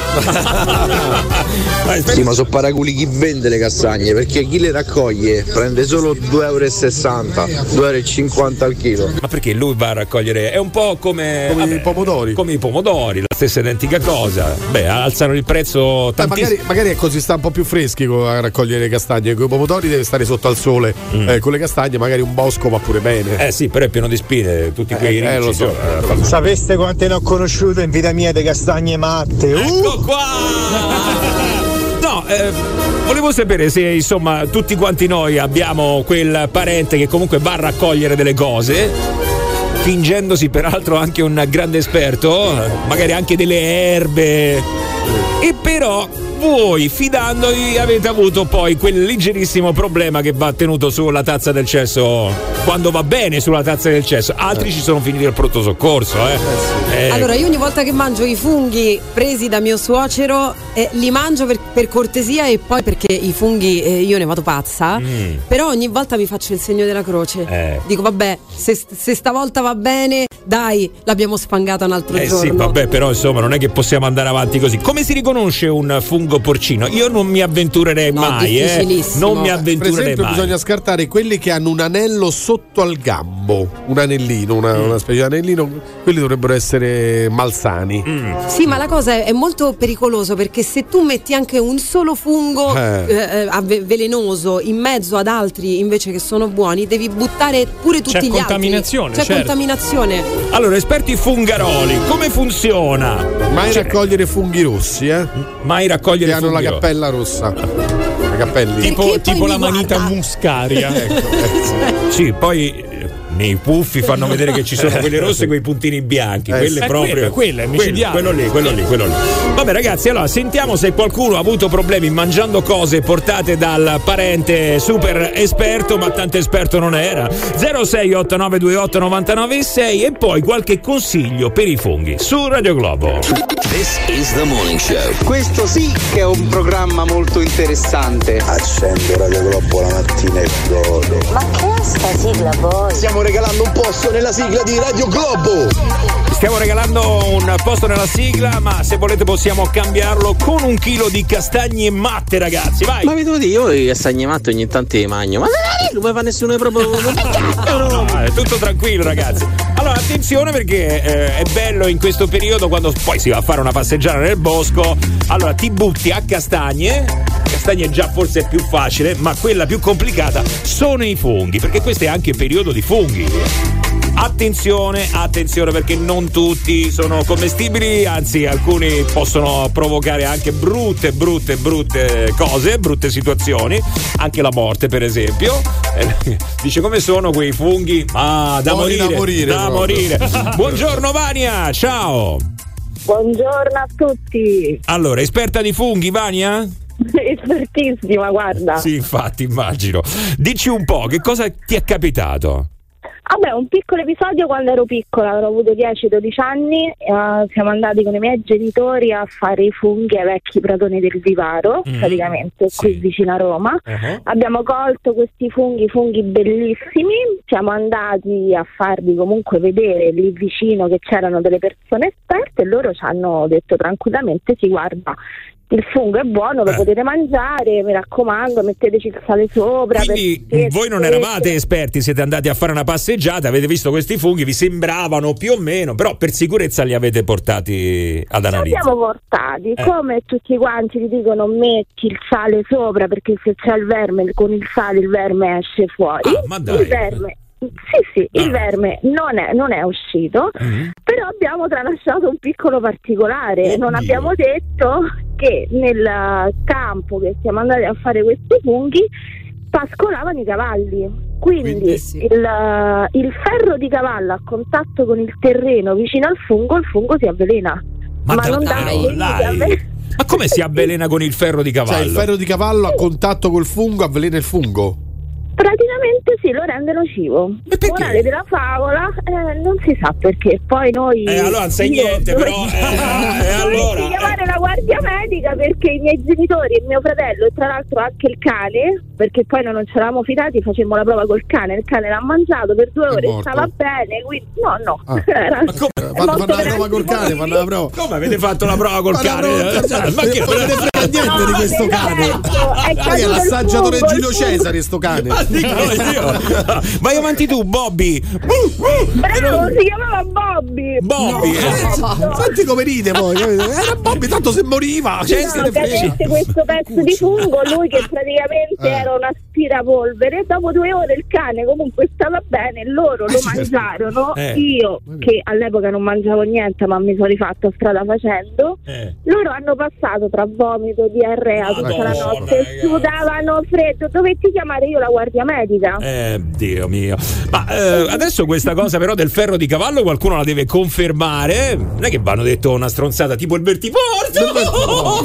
Sì, ma sono paraculi chi vende le castagne, perché chi le raccoglie prende solo due e sessanta euro, due e cinquanta euro al chilo. Ma perché lui va a raccogliere? È un po' come, come vabbè, i pomodori. Come i pomodori, la stessa identica cosa. Beh, alzano il prezzo tantissimo. Magari, magari ecco, si sta un po' più freschi a raccogliere le castagne. Con i pomodori deve stare sotto al sole. Mm. Eh, con le castagne magari un bosco va pure bene. Eh sì, però è pieno di spine, tutti quei eh, ricci. Eh, lo so. Cioè, sapeste quante ne ho conosciute in vita mia di castagne matte? Uh! Ecco qua! No, eh, volevo sapere se insomma tutti quanti noi abbiamo quel parente che comunque va a raccogliere delle cose, fingendosi peraltro anche un grande esperto, magari anche delle erbe, e però voi, fidandovi, avete avuto poi quel leggerissimo problema che va tenuto sulla tazza del cesso quando va bene sulla tazza del cesso. Altri eh. ci sono finiti al pronto soccorso, eh. Eh. Allora, io ogni volta che mangio i funghi presi da mio suocero eh, li mangio per, per cortesia e poi perché i funghi eh, io ne vado pazza, mm. però ogni volta mi faccio il segno della croce. Eh. Dico vabbè, se, se stavolta va bene, dai, l'abbiamo spangata un altro eh giorno. Eh sì, vabbè, però insomma non è che possiamo andare avanti così. Come si riconosce un fungo porcino? Io non mi avventurerei no, mai, eh. Non mi avventurerei per esempio, mai. Bisogna scartare quelli che hanno un anello sotto al gambo, un anellino, una, mm. una specie di anellino, quelli dovrebbero essere malsani. Mm. Sì, ma la cosa è, è molto pericoloso perché se tu metti anche un solo fungo eh. Eh, velenoso in mezzo ad altri invece che sono buoni, devi buttare pure tutti C'è gli contaminazione, altri. C'è certo. contaminazione. Allora, esperti fungaroli, come funziona? Mai cioè, raccogliere funghi rossi, eh? Mai raccogliere che funghi hanno la cappella rossa. La cappella tipo, tipo la guarda? manita muscaria. Ecco, eh, sì. Sì, poi nei puffi fanno vedere che ci sono quelle rosse con i puntini bianchi, eh, quelle eh, proprio quella, quella è micidiale. Quello, quello lì, quello lì, quello lì. Vabbè ragazzi, allora sentiamo se qualcuno ha avuto problemi mangiando cose portate dal parente super esperto, ma tanto esperto non era. zero sei otto nove due otto nove nove sei e poi qualche consiglio per i funghi su Radio Globo. This is the morning show. Questo sì che è un programma molto interessante. Accendo Radio Globo la mattina e godo. Ma che è sta sigla poi? Stiamo regalando un posto nella sigla di Radio Globo. Stiamo regalando un posto nella sigla, ma se volete possiamo cambiarlo con un chilo di castagne matte, ragazzi, vai! Ma vi devo dire, io le castagne matte ogni tanto le mangio, ma non mi fa nessuno proprio. No, è tutto tranquillo, ragazzi. Allora, attenzione perché eh, è bello in questo periodo quando poi si va a fare una passeggiata nel bosco. Allora, ti butti a castagne. Castagne già forse è più facile, ma quella più complicata sono i funghi, perché questo è anche periodo di funghi. Attenzione, attenzione, perché non tutti sono commestibili, anzi alcuni possono provocare anche brutte, brutte, brutte cose, brutte situazioni, anche la morte per esempio. Eh, dice come sono quei funghi? Ah, da Poi morire, da morire, da proprio. morire. Buongiorno Vania, ciao. Buongiorno a tutti. Allora, esperta di funghi Vania? Espertissima, guarda. Sì, infatti, immagino. Dici un po', che cosa ti è capitato? Vabbè, un piccolo episodio quando ero piccola, avrò avuto dieci dodici anni, eh, siamo andati con i miei genitori a fare i funghi ai vecchi pratoni del Vivaro, Mm, praticamente sì. qui vicino a Roma. Uh-huh. Abbiamo colto questi funghi, funghi bellissimi, siamo andati a farvi comunque vedere lì vicino che c'erano delle persone esperte e loro ci hanno detto tranquillamente: sì, guarda, il fungo è buono, lo Eh. potete mangiare, mi raccomando, metteteci il sale sopra. Quindi perché voi non siete- eravate esperti, siete andati a fare una passeggiata, avete visto questi funghi, vi sembravano più o meno, però per sicurezza li avete portati ad Ci analizzare. abbiamo portati, Eh. come tutti quanti ti dicono metti il sale sopra perché se c'è il verme con il sale il verme esce fuori. Ah, ma dai. Il verme, sì sì, il verme non è, non è uscito, Mm. però abbiamo tralasciato un piccolo particolare, non abbiamo detto che nel campo che siamo andati a fare questi funghi pascolavano i cavalli. Quindi, Quindi sì. il, il ferro di cavallo a contatto con il terreno vicino al fungo, il fungo si avvelena. Ma Ma non dai, dai, dai. dai. Ma come si avvelena con il ferro di cavallo? Cioè, il ferro di cavallo a contatto col fungo avvelena il fungo. Praticamente sì, lo rende nocivo. Morale della favola, eh, non si sa perché. Poi noi. Eh, allora non sai io niente, dovetti- però, eh, eh, allora, dovetti chiamare la guardia medica perché i miei genitori e mio fratello, e tra l'altro anche il cane, perché poi noi non ci eravamo fidati, facemmo la prova col cane. Il cane l'ha mangiato per due ore, morto. stava bene. Quindi, no, no. Ah. Era- Ma come? è Fanno, morto fanno per la prova altri col cane, motivi. fanno la prova. Come avete fatto la prova col Ma la cane? prova col cane. Ma che Non ne frega niente di questo cane. È Poi è caduto il l'assaggiatore fungo, il Gino fungo. Cesare sto cane. Ma dico io. Vai avanti tu, Bobby. Bravo, si chiamava Bobby. Bobby. No. Senti come ride poi. capito? Era Bobby, tanto se moriva. No, Cioè, se ne frega. cadesse questo pezzo di fungo, lui che praticamente Eh. era un aspirapolvere, dopo due ore il cane comunque stava bene, loro lo mangiarono, Eh. io che all'epoca non mangiavo niente ma mi sono rifatto strada facendo, Eh. loro hanno passato tra vomito, diarrea tutta la Madonna, notte, ragazzi. sudavano freddo, dovetti chiamare io la guardia medica. Eh, Dio mio. Ma eh, adesso questa cosa però del ferro di cavallo qualcuno la deve confermare. Non è che vanno detto una stronzata tipo il vertiporto.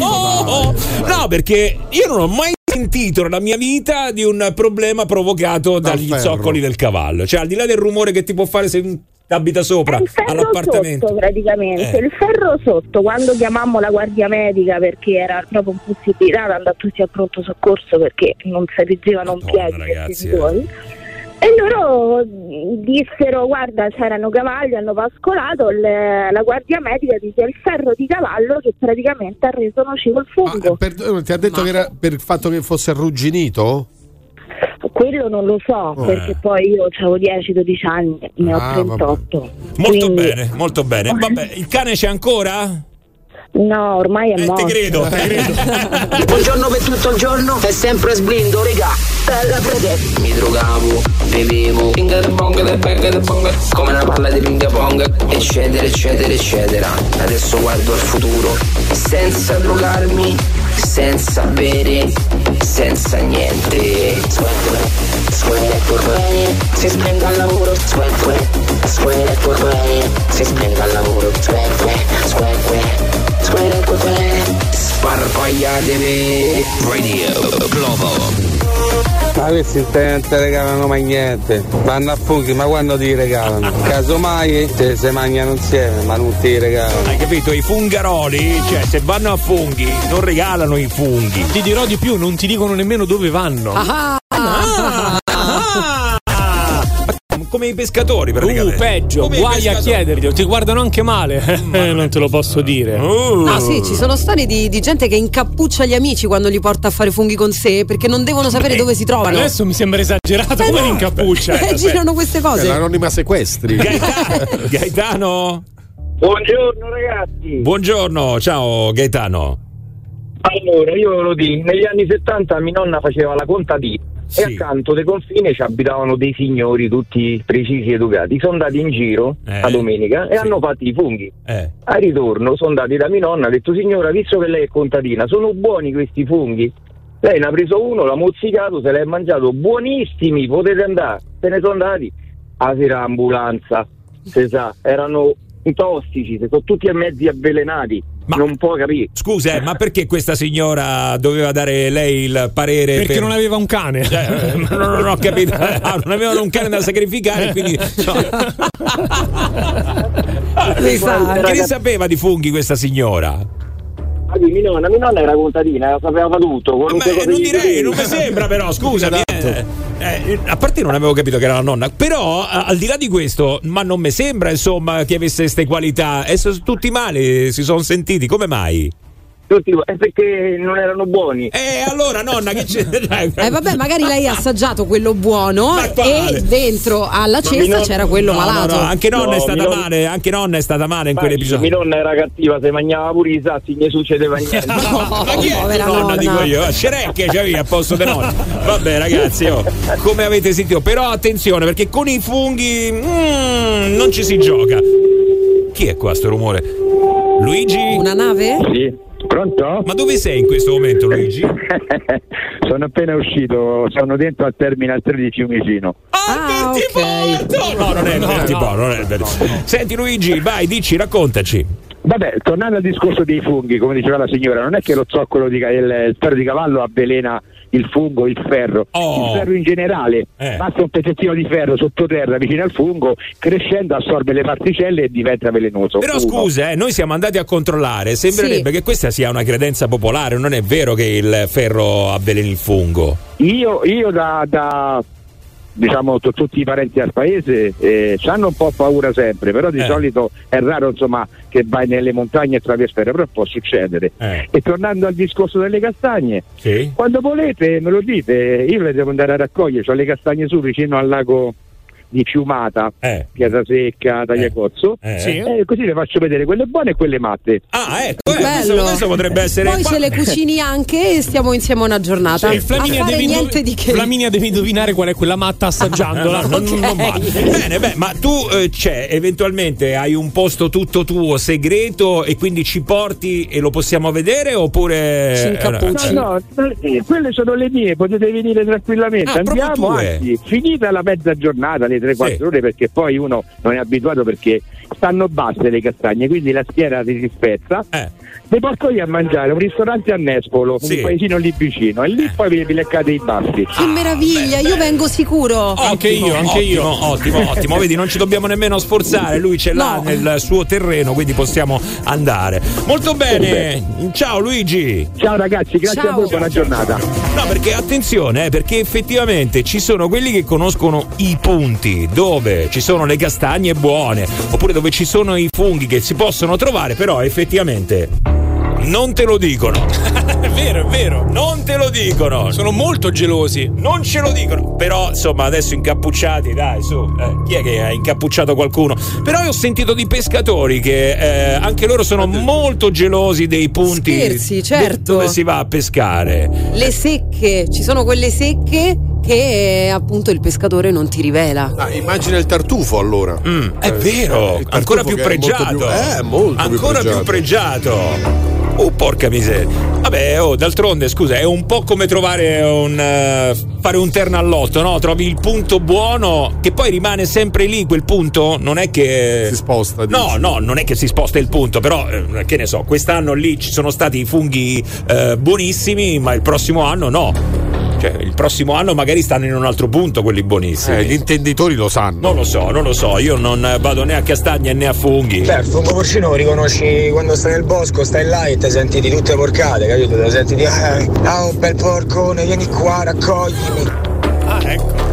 No, perché io non ho mai sentito nella mia vita di un problema provocato Dal dagli ferro. zoccoli del cavallo. Cioè, al di là del rumore che ti può fare se abita sopra È il ferro all'appartamento. sotto praticamente, Eh. il ferro sotto, quando chiamammo la guardia medica perché era proprio impossibilità ad andare tutti al pronto soccorso perché non si reggevano un Madonna, piede ragazzi, questi genitori. E loro dissero: guarda, c'erano cavalli, hanno pascolato. Le- la guardia medica dice il ferro di cavallo che praticamente ha reso nocivo il fungo. Per- ti ha detto che era per il fatto che fosse arrugginito? Quello non lo so, Oh. perché poi io avevo dieci dodici anni, ne ho Ah, trentotto. Molto Quindi- bene, molto bene. Vabbè, il cane c'è ancora? No, ormai è Eh, morto. te credo, te credo. Buongiorno per tutto il giorno e sempre sblindo, regà. Bella prete. Mi drogavo, bevevo, pinga de bong, de pega de bong, come una palla di ping pong, eccetera, eccetera, eccetera. Adesso guardo al futuro, senza drogarmi, senza bere, senza niente. Square, square, square, si spenga al lavoro, square, square, square, si spenga al lavoro, square, square, square, square, sparpagliatevi. Radio Globo. Ma questi non ti regalano mai niente, vanno a funghi, ma quando ti regalano? Casomai se si mangiano insieme, ma non ti regalano. Hai capito? I fungaroli, cioè se vanno a funghi, non regalano i funghi. Ti dirò di più, non ti dicono nemmeno dove vanno. Ah, come i pescatori Uh, praticamente. peggio, Come i guai a pescatori. chiederglielo, ti guardano anche male. Eh, non te lo posso dire. Ah sì, ci sono storie di, di gente che incappuccia gli amici quando li porta a fare funghi con sé perché non devono sapere dove si trovano. Adesso mi sembra esagerato, come in cappuccia. Eh, girano queste cose. L'anonima sequestri. Gaetano. Gaetano. Buongiorno ragazzi. Buongiorno, ciao Gaetano. Allora, io ve lo dico, negli anni settanta mia nonna faceva la contadina. e accanto dei confine ci abitavano dei signori tutti precisi, educati. Sono andati in giro Eh. a domenica e Sì. hanno fatto i funghi. Eh. A ritorno sono andati da mia nonna, ha detto: signora, visto che lei è contadina, sono buoni questi funghi? Lei ne ha preso uno, l'ha mozzicato, se l'è mangiato, buonissimi, potete andare. Se ne sono andati a sera ambulanza, se sa, erano tossici, se sono tutti a mezzi avvelenati. Ma- non può capire. Scusa, eh, ma perché questa signora doveva dare lei il parere? Perché per- non aveva un cane. Eh, eh, non, non ho capito. Ah, non avevano un cane da sacrificare, quindi Mi sa, che ne sapeva di funghi questa signora? Ah, mia nonna, mia nonna era contadina, sapeva tutto. qualunque Beh, cosa non gli direi, chiedevi. non mi sembra però, scusami. Eh, eh, a parte non avevo capito che era la nonna, però a- al di là di questo, ma non mi sembra insomma che avesse queste qualità. E sono tutti male, si sono sentiti, come mai? Tutti, è perché non erano buoni. Eh, allora nonna, che c'è? Eh vabbè, magari lei ha assaggiato quello buono Ma quale? e dentro alla Ma cesta mi non- c'era quello No, no, malato. no, anche nonna No, è stata mi non- male, anche nonna è stata male in Ma quell'episodio. mia nonna era cattiva, se mangiava pure i sassi, non gli succedeva niente. Ma chi è tua povera nonna, nonna. dico io? Scerecchia c'avevi a posto di nonna. Vabbè ragazzi, oh, come avete sentito, però attenzione perché con i funghi mm, non ci si gioca. Chi è qua sto rumore? Luigi? Una nave? Sì. Pronto? Ma dove sei in questo momento, Luigi? Sono appena uscito, sono dentro al Terminal tredici Fiumicino. Ah, ok. No, non è il Vertiporto, non è il Vertiporto. Senti Luigi, vai, dici, raccontaci. Vabbè, tornando al discorso dei funghi, come diceva la signora, non è che lo zoccolo di ca- il, il ferro di cavallo avvelena il fungo, il ferro. Oh. Il ferro in generale, Eh. basta un pezzettino di ferro sottoterra vicino al fungo, crescendo assorbe le particelle e diventa velenoso. Però Uno. scusa, eh, noi siamo andati a controllare, sembrerebbe Sì. che questa sia una credenza popolare, non è vero che il ferro avveleni il fungo. Io, io da, da diciamo t- tutti i parenti al paese eh, hanno un po' paura sempre, però di Eh. solito è raro insomma che vai nelle montagne e trovi il ferro, però può succedere. Eh. E tornando al discorso delle castagne, Sì? quando volete me lo dite, io le devo andare a raccogliere, ho le castagne su vicino al lago di Fiumata, Eh. Piazza Secca, Tagliacozzo, Eh. Sì. e così le faccio vedere quelle buone e quelle matte. Ah, ecco, eh, Bello. questo, questo potrebbe essere. Poi ce le cucini anche e stiamo insieme una giornata. E Flaminia, a fare devi, niente indovi- di che. Flaminia devi indovinare qual è quella matta assaggiandola. No, non- non- non Ok. vale. Bene, beh, ma tu eh, c'è, eventualmente hai un posto tutto tuo segreto e quindi ci porti e lo possiamo vedere oppure Ci incappucci. No, no, eh, quelle sono le mie, potete venire tranquillamente. Ah, proprio Andiamo, tue. anzi, finita la mezza giornata, le tre quattro Sì. ore, perché poi uno non è abituato perché stanno basse le castagne, quindi la schiera si si spezza. Eh. Vi porto io a mangiare un ristorante a Nespolo, Sì. un paesino lì vicino, e lì poi vi, vi leccate i baffi. Che meraviglia, io vengo sicuro. Anche io, anche io. Ottimo, ottimo, ottimo. Vedi, non ci dobbiamo nemmeno sforzare. Lui ce l'ha No. nel suo terreno, quindi possiamo andare. Molto bene. Ciao Luigi. Ciao ragazzi, grazie Ciao. a voi, buona giornata. No, perché attenzione, eh, perché effettivamente ci sono quelli che conoscono i punti dove ci sono le castagne buone, oppure dove ci sono i funghi che si possono trovare, però effettivamente non te lo dicono. È vero, è vero. Non te lo dicono. Sono molto gelosi. Non ce lo dicono. Però, insomma, adesso incappucciati, dai, su. Eh, chi è che ha incappucciato qualcuno? Però io ho sentito di pescatori che eh, anche loro sono molto gelosi dei punti Scherzi, certo. dove si va a pescare. Le secche, ci sono quelle secche che eh, appunto il pescatore non ti rivela. Ah, immagina il tartufo allora. Mm, è vero, il ancora tartufo più che è molto pregiato. più- eh, molto più ancora più pregiato. Oh, porca miseria. Vabbè, oh, d'altronde, scusa, è un po' come trovare un eh, fare un terno all'otto, no? Trovi il punto buono che poi rimane sempre lì, quel punto, non è che Si sposta. No, dici. no, non è che si sposta il punto, però eh, che ne so, quest'anno lì ci sono stati i funghi eh, buonissimi, ma il prossimo anno no. Cioè, il prossimo anno magari stanno in un altro punto quelli buonissimi. Eh, gli intenditori lo sanno. Non lo so, non lo so, io non vado né a castagne né a funghi. Beh, il fungo porcino lo riconosci quando stai nel bosco, stai là e ti senti di tutte porcate, capito? Ti senti di ah, oh, bel porcone, vieni qua, raccoglimi. Ah, ecco.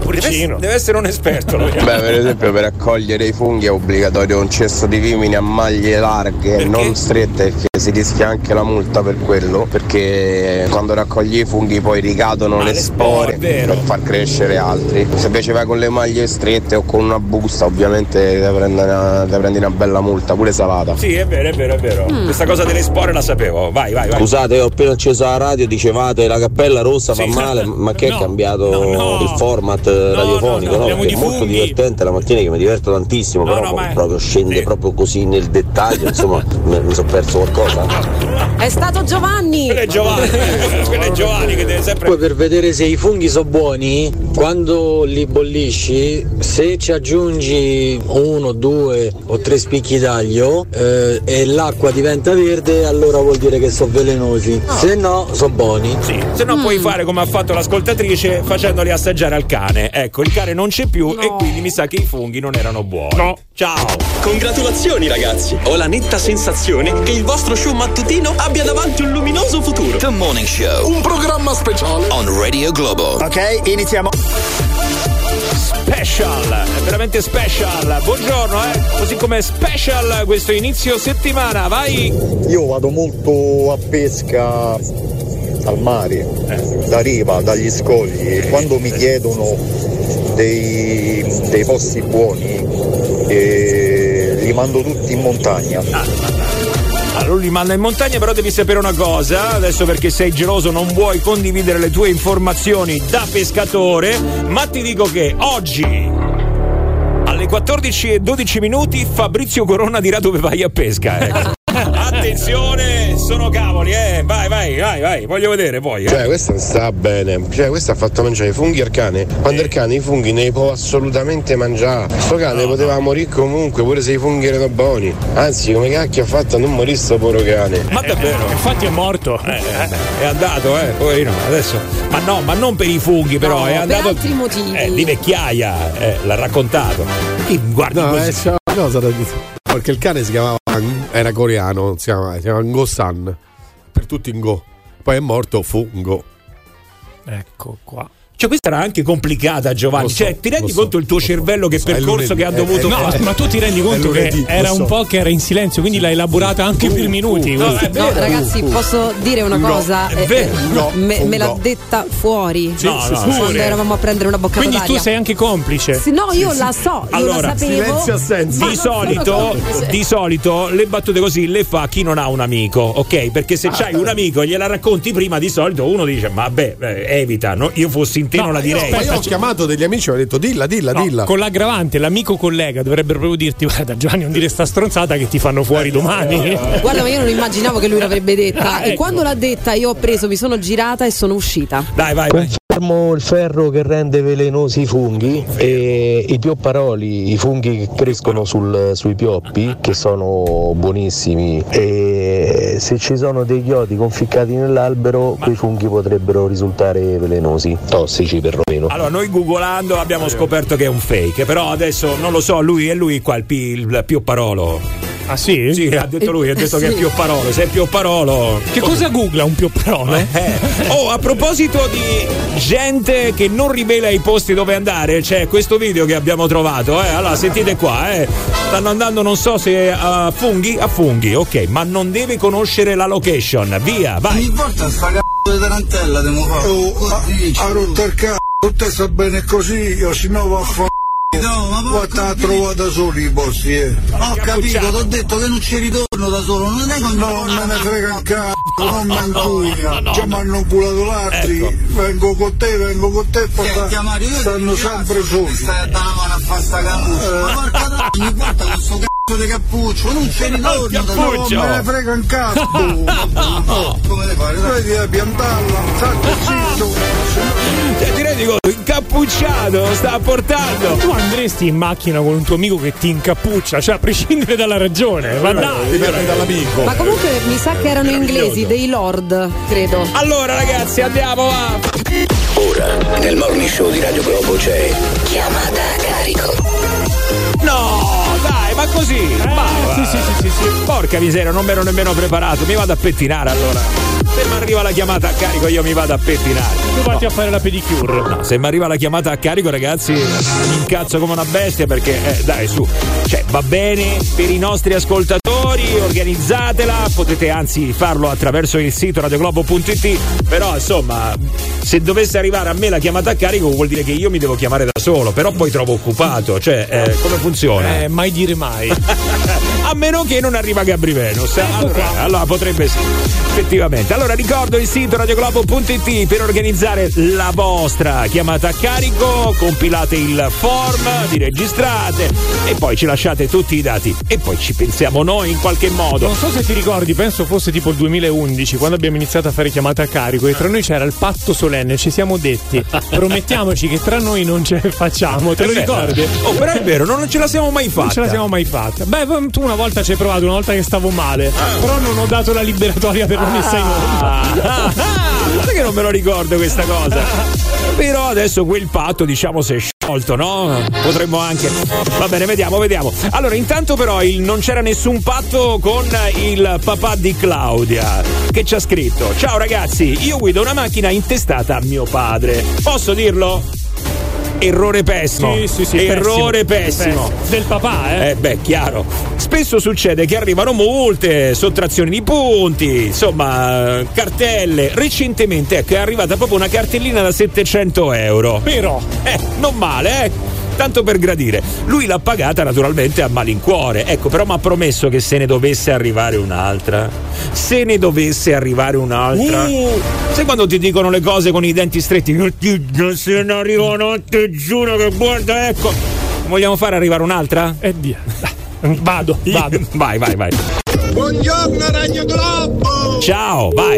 porcino. Deve essere un esperto. Beh, per esempio, per raccogliere i funghi è obbligatorio un cesto di vimini a maglie larghe, perché? Non strette, perché si rischia anche la multa per quello, perché quando raccogli i funghi poi ricadono ah, le, le spore, spore per far crescere altri. Se invece vai con le maglie strette o con una busta, ovviamente ti prendi una, prendi una bella multa, pure salata. Sì, è vero, è vero, è vero. Mm. Questa cosa delle spore la sapevo. Vai, vai, vai. Scusate, ho appena acceso la radio, dicevate la cappella rossa sì, fa male, ma che no, è cambiato no, no. il format no, radiofonico, no? no, no che è molto funghi. divertente la mattina, che mi diverto tantissimo, no, però no, ma proprio scende sì. proprio così nel dettaglio, insomma, mi, mi sono perso qualcosa. È stato Giovanni. Quello è Giovanni, quello è Giovanni che deve sempre. Poi per vedere se i funghi sono buoni, quando li bollisci, se ci aggiungi uno, due o tre spicchi d'aglio eh, e l'acqua diventa verde, allora vuol dire che sono velenosi. No. Se no, sono buoni. Sì. Se no mm. puoi fare come ha fatto l'ascoltatrice facendoli assaggiare al cane. Ecco, il cane non c'è più no. e quindi mi sa che i funghi non erano buoni. No. Ciao. Congratulazioni ragazzi. Ho la netta sensazione che il vostro show mattutino abbia davanti un luminoso futuro. The Morning Show. Un programma speciale on Radio Globo. Ok, iniziamo. Special, è veramente special. Buongiorno, eh. Così come special questo inizio settimana. Vai. Io vado molto a pesca al mare, eh. da riva, dagli scogli. Quando mi chiedono dei, dei posti buoni, eh, li mando tutti in montagna. Ah. Allora li manda in montagna, però devi sapere una cosa, adesso perché sei geloso non vuoi condividere le tue informazioni da pescatore, ma ti dico che oggi alle quattordici e dodici minuti Fabrizio Corona dirà dove vai a pesca, ecco. Attenzione, sono cavoli, eh. Vai, vai, vai, vai, voglio vedere poi. Eh. Cioè, questa non sta bene. Cioè, questa ha fatto mangiare i funghi al cane. Quando eh. il cane i funghi ne può assolutamente mangiare. Sto cane no, poteva no. morire comunque, pure se i funghi erano buoni. Anzi, come cacchio ha fatto a non morire sto povero cane? Ma davvero? Eh, infatti è morto. Eh, eh, è andato, eh, poverino. Adesso. Ma no, ma non per i funghi, però, no, è andato. Per altri motivi. Eh, di vecchiaia, eh, l'ha raccontato. Chi guardi no, così? Eh, c'è una cosa da dire. Perché il cane si chiamava, era coreano, si chiamava, si chiamava Ngo-san, per tutti Ngo. Poi è morto, fu Ngo. Ecco qua. Cioè questa era anche complicata, Giovanni, so, cioè ti rendi so, conto il tuo cervello so, che so, percorso lunedì, che ha dovuto no, fare? Ma tu ti rendi conto lunedì, che era so. un po' che era in silenzio, quindi l'hai elaborata anche uh, per minuti. Uh, no, no, ragazzi, posso dire una no, cosa? È vero. Eh, no, me, me l'ha detta fuori sì, no, sì, no, quando no, eravamo a prendere una boccata quindi d'aria. Quindi tu sei anche complice. Sì, no, io sì, la so, io allora, la sapevo. Silenzio assenza. Di solito, di solito le battute così le fa chi non ha un amico, ok? Perché se ah, c'hai un amico e gliela racconti prima, di solito uno dice vabbè, eh, evita, no? Io fossi in te no, non la direi. Io ho chiamato degli amici e ho detto dilla, dilla, no, dilla. Con l'aggravante, l'amico collega dovrebbero proprio dirti guarda Giovanni, non dire sta stronzata che ti fanno fuori domani. Guarda, ma io non immaginavo che lui l'avrebbe detta. Ah, e ecco. quando l'ha detta io ho preso, mi sono girata e sono uscita. Dai, vai, vai. Confermo il ferro che rende velenosi i funghi e i piopparoli, i funghi che crescono sul, sui pioppi, che sono buonissimi, e se ci sono dei chiodi conficcati nell'albero, quei funghi potrebbero risultare velenosi, tossici perlomeno. Allora, noi googolando abbiamo scoperto che è un fake, però adesso non lo so, lui è lui qua il, pi, il piopparolo. Ah sì? Sì, ha detto lui, ha detto sì. che è piopparolo. Se è piopparolo. Che cosa googla un piopparolo? Eh. Oh, a proposito di gente che non rivela i posti dove andare, c'è questo video che abbiamo trovato, eh. Allora, sentite qua, eh. Stanno andando, non so se a funghi, a funghi, ok, ma non deve conoscere la location. Via, vai. Ogni volta sta c***o di tarantella devo fare. Oh, ha rotto il c***o, tutte sta bene così, io se no va a f***. No, ma guarda, ha trovato da soli i posti, eh. Ho capito, ti ho detto che non ci ritorno da solo, non è con no, me ne frega un cazzo, non mi incuia, no, già mi hanno culato l'altri, ecco. vengo con te, vengo con te, porta, Mario, stanno sempre soli. Stai a dare la mano a fare sta cappuccia, eh. ma porca troia, ogni volta con sto c***o di cappuccio, non ci ritorno da solo, non me ne frega un cazzo. Come le fai? Vedi a piantarla, state zitto. Cioè, ti rendi conto, incappucciato, sta portando. Tu andresti in macchina con un tuo amico che ti incappuccia, cioè a prescindere dalla ragione, ma dai, dipende dall'amico. Ma comunque mi sa che erano inglesi, dei lord, credo. Allora ragazzi, andiamo a ora nel Morning Show di Radio Globo c'è chiamata a carico. No, dai, ma così? Eh, ma sì, sì, sì, sì, sì. Porca miseria, non mi ero nemmeno preparato. Mi vado a pettinare allora. Se mi arriva la chiamata a carico io mi vado a pettinare. Tu vatti no. a fare la pedicure. No, se mi arriva la chiamata a carico, ragazzi, mi incazzo come una bestia perché, eh, dai, su, cioè, va bene per i nostri ascoltatori, organizzatela, potete anzi farlo attraverso il sito radioglobo punto it, però insomma, se dovesse arrivare a me la chiamata a carico vuol dire che io mi devo chiamare da solo, però poi trovo occupato, cioè, eh, come funziona? Eh, mai dire mai. A meno che non arriva Gabri Venus. Allora, allora potrebbe sì, effettivamente. Allora ricordo il sito radioglobo punto it per organizzare la vostra chiamata a carico, compilate il form, vi registrate e poi ci lasciate tutti i dati e poi ci pensiamo noi in qualche modo. Non so se ti ricordi, penso fosse tipo il duemilaundici quando abbiamo iniziato a fare chiamate a carico e tra noi c'era il patto solenne, ci siamo detti promettiamoci che tra noi non ce ne facciamo, te lo ricordi? Oh, però è vero, non ce la siamo mai fatta. Non ce la siamo mai fatta. Beh, tu una volta ci hai provato, una volta che stavo male, ah. però non ho dato la liberatoria per la messa in onda. Ah, ah, sai che non me lo ricordo questa cosa. Però adesso quel patto, diciamo, si è sciolto, no? Potremmo anche. Va bene, vediamo, vediamo. Allora, intanto però il non c'era nessun patto con il papà di Claudia, che ci ha scritto: ciao ragazzi, io guido una macchina intestata a mio padre. Posso dirlo? Errore pessimo. Sì, sì, sì, Errore pessimo. pessimo. Del papà, eh? Eh beh, chiaro. Spesso succede che arrivano multe, sottrazioni di punti, insomma, cartelle. Recentemente, ecco, è arrivata proprio una cartellina da settecento euro. Però, eh, non male, eh. Tanto per gradire. Lui l'ha pagata naturalmente a malincuore. Ecco, però mi ha promesso che se ne dovesse arrivare un'altra. Se ne dovesse arrivare un'altra. Uh. Sai quando ti dicono le cose con i denti stretti? Non, ti, non se ne arrivano, ti giuro che guarda, ecco. Vogliamo fare arrivare un'altra? E via. Vado, vado. Vai, vai, vai. Buongiorno Radio Globo. Ciao, vai.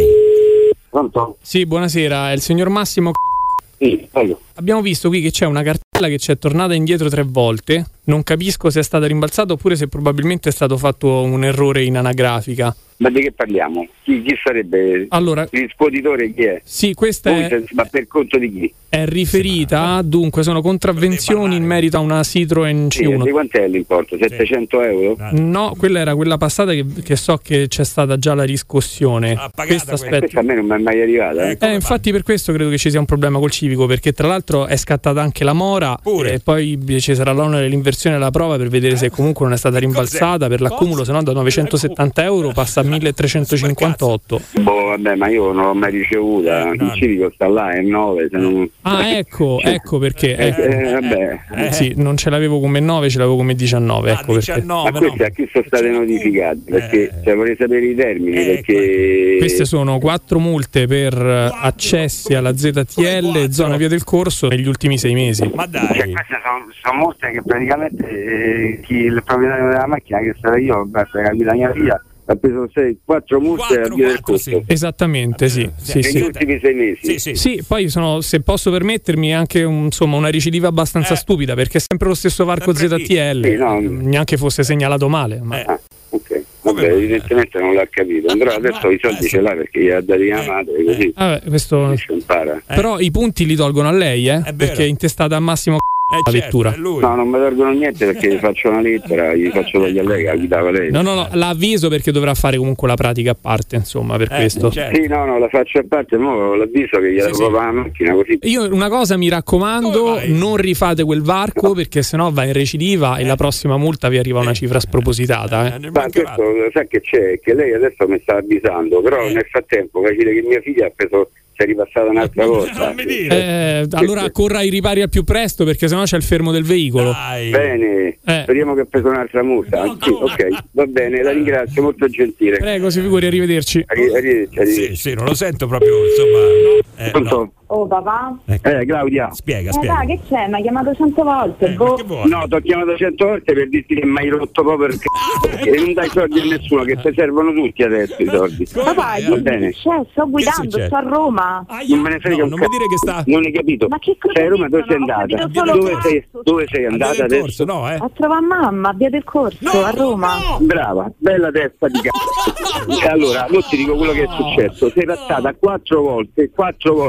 Pronto? Sì, buonasera, è il signor Massimo. Sì, prego. Abbiamo visto qui che c'è una cartella che ci è tornata indietro tre volte. Non capisco se è stata rimbalzata oppure se probabilmente è stato fatto un errore in anagrafica. Ma di che parliamo? Chi, chi sarebbe? Allora, il riscuotitore chi è? Sì, questa Voi, è, ma per conto di chi? È riferita, dunque sono contravvenzioni in merito a una Citroen C uno. Sì, di quant'è l'importo? settecento euro? No, quella era quella passata che, che so che c'è stata già la riscossione. Ah, questa, questa a me non mi è mai arrivata. Eh, eh infatti per questo credo che ci sia un problema col civico, perché tra l'altro è scattata anche la mora. Pure. E poi ci sarà l'onere dell'inversione della prova per vedere se comunque non è stata rimbalzata. Cos'è? Per l'accumulo, se no da novecentosettanta euro passa a milletrecentocinquantotto. Boh, vabbè, ma io non l'ho mai ricevuta. Il civico sta là, è nove. Se non... Ah, ecco, ecco perché. Ecco. Eh, vabbè. Eh, sì, non ce l'avevo come nove, ce l'avevo come diciannove. Ecco ah, diciannove, perché. Ma queste a chi sono state notificate? Perché eh. cioè, vorrei sapere i termini. Eh, perché queste sono quattro multe per accessi alla Z T L e zona via del Corso negli ultimi sei mesi. Ma dai, cioè, queste sono, sono multe che praticamente eh, chi il proprietario della macchina, che sarà io, basta capire la mia figlia, ha preso sei, quattro multe a via del Corso. Sì. Esattamente, sì. sì, negli sì. ultimi sei mesi. Sì, sì. sì, poi sono, se posso permettermi, anche un, insomma, una recidiva abbastanza eh. stupida, perché è sempre lo stesso varco Z T L, sì, no. neanche fosse segnalato male. Ma... Eh. Ah, ok. Vabbè, evidentemente non l'ha capito. Però adesso i soldi ce l'ha perché gli ha dati la madre, così. Vabbè, questo... impara. Però i punti li tolgono a lei, eh? Perché è intestata a Massimo. Eh, la certo, lettura. No, non mi tolgono niente perché gli faccio una lettera, gli faccio togliere a lei, la guidava lei. No, no, no, l'avviso perché dovrà fare comunque la pratica a parte, insomma, per eh, questo. Certo. Sì, no, no, la faccio a parte, mo l'avviso che gli sì, sì. la macchina così. Io una cosa mi raccomando, non rifate quel varco perché sennò va in recidiva eh. e la prossima multa vi arriva una cifra spropositata. Eh. Ma questo sai che c'è, che lei adesso mi sta avvisando, però eh. nel frattempo capite che mia figlia ha preso, si è ripassata un'altra volta. Eh, allora corra ai ripari al più presto perché sennò c'è il fermo del veicolo. Dai. Bene, eh. speriamo che ha preso un'altra multa. No, sì, no. Ok, va bene, la ringrazio, molto gentile. Prego, si figuri, arrivederci. Arri- arrivederci, arrivederci. Sì, sì, non lo sento proprio, insomma. Eh, no. Oh papà? Eh, Claudia. Spiega, eh, spiega. Dai, che c'è? Mi hai chiamato cento volte. Eh, boh. No, ti ho chiamato cento volte per dirti che mi hai rotto proprio perché e non dai soldi a nessuno, che ti servono tutti adesso i soldi. Papà, va bene. C'è, sto guidando, sto a Roma. Non me ne frega no, un non c***o. mi dire che sta. Non hai capito. Ma che cosa sei a Roma, dove sei dicono? andata? Dove sei, dove sei andata adesso? Corso, no, eh? A trovare mamma, via del Corso, no, a Roma. No. Brava, bella testa di c***o. Allora, non ti dico quello che è successo. Sei passata quattro volte, quattro volte negli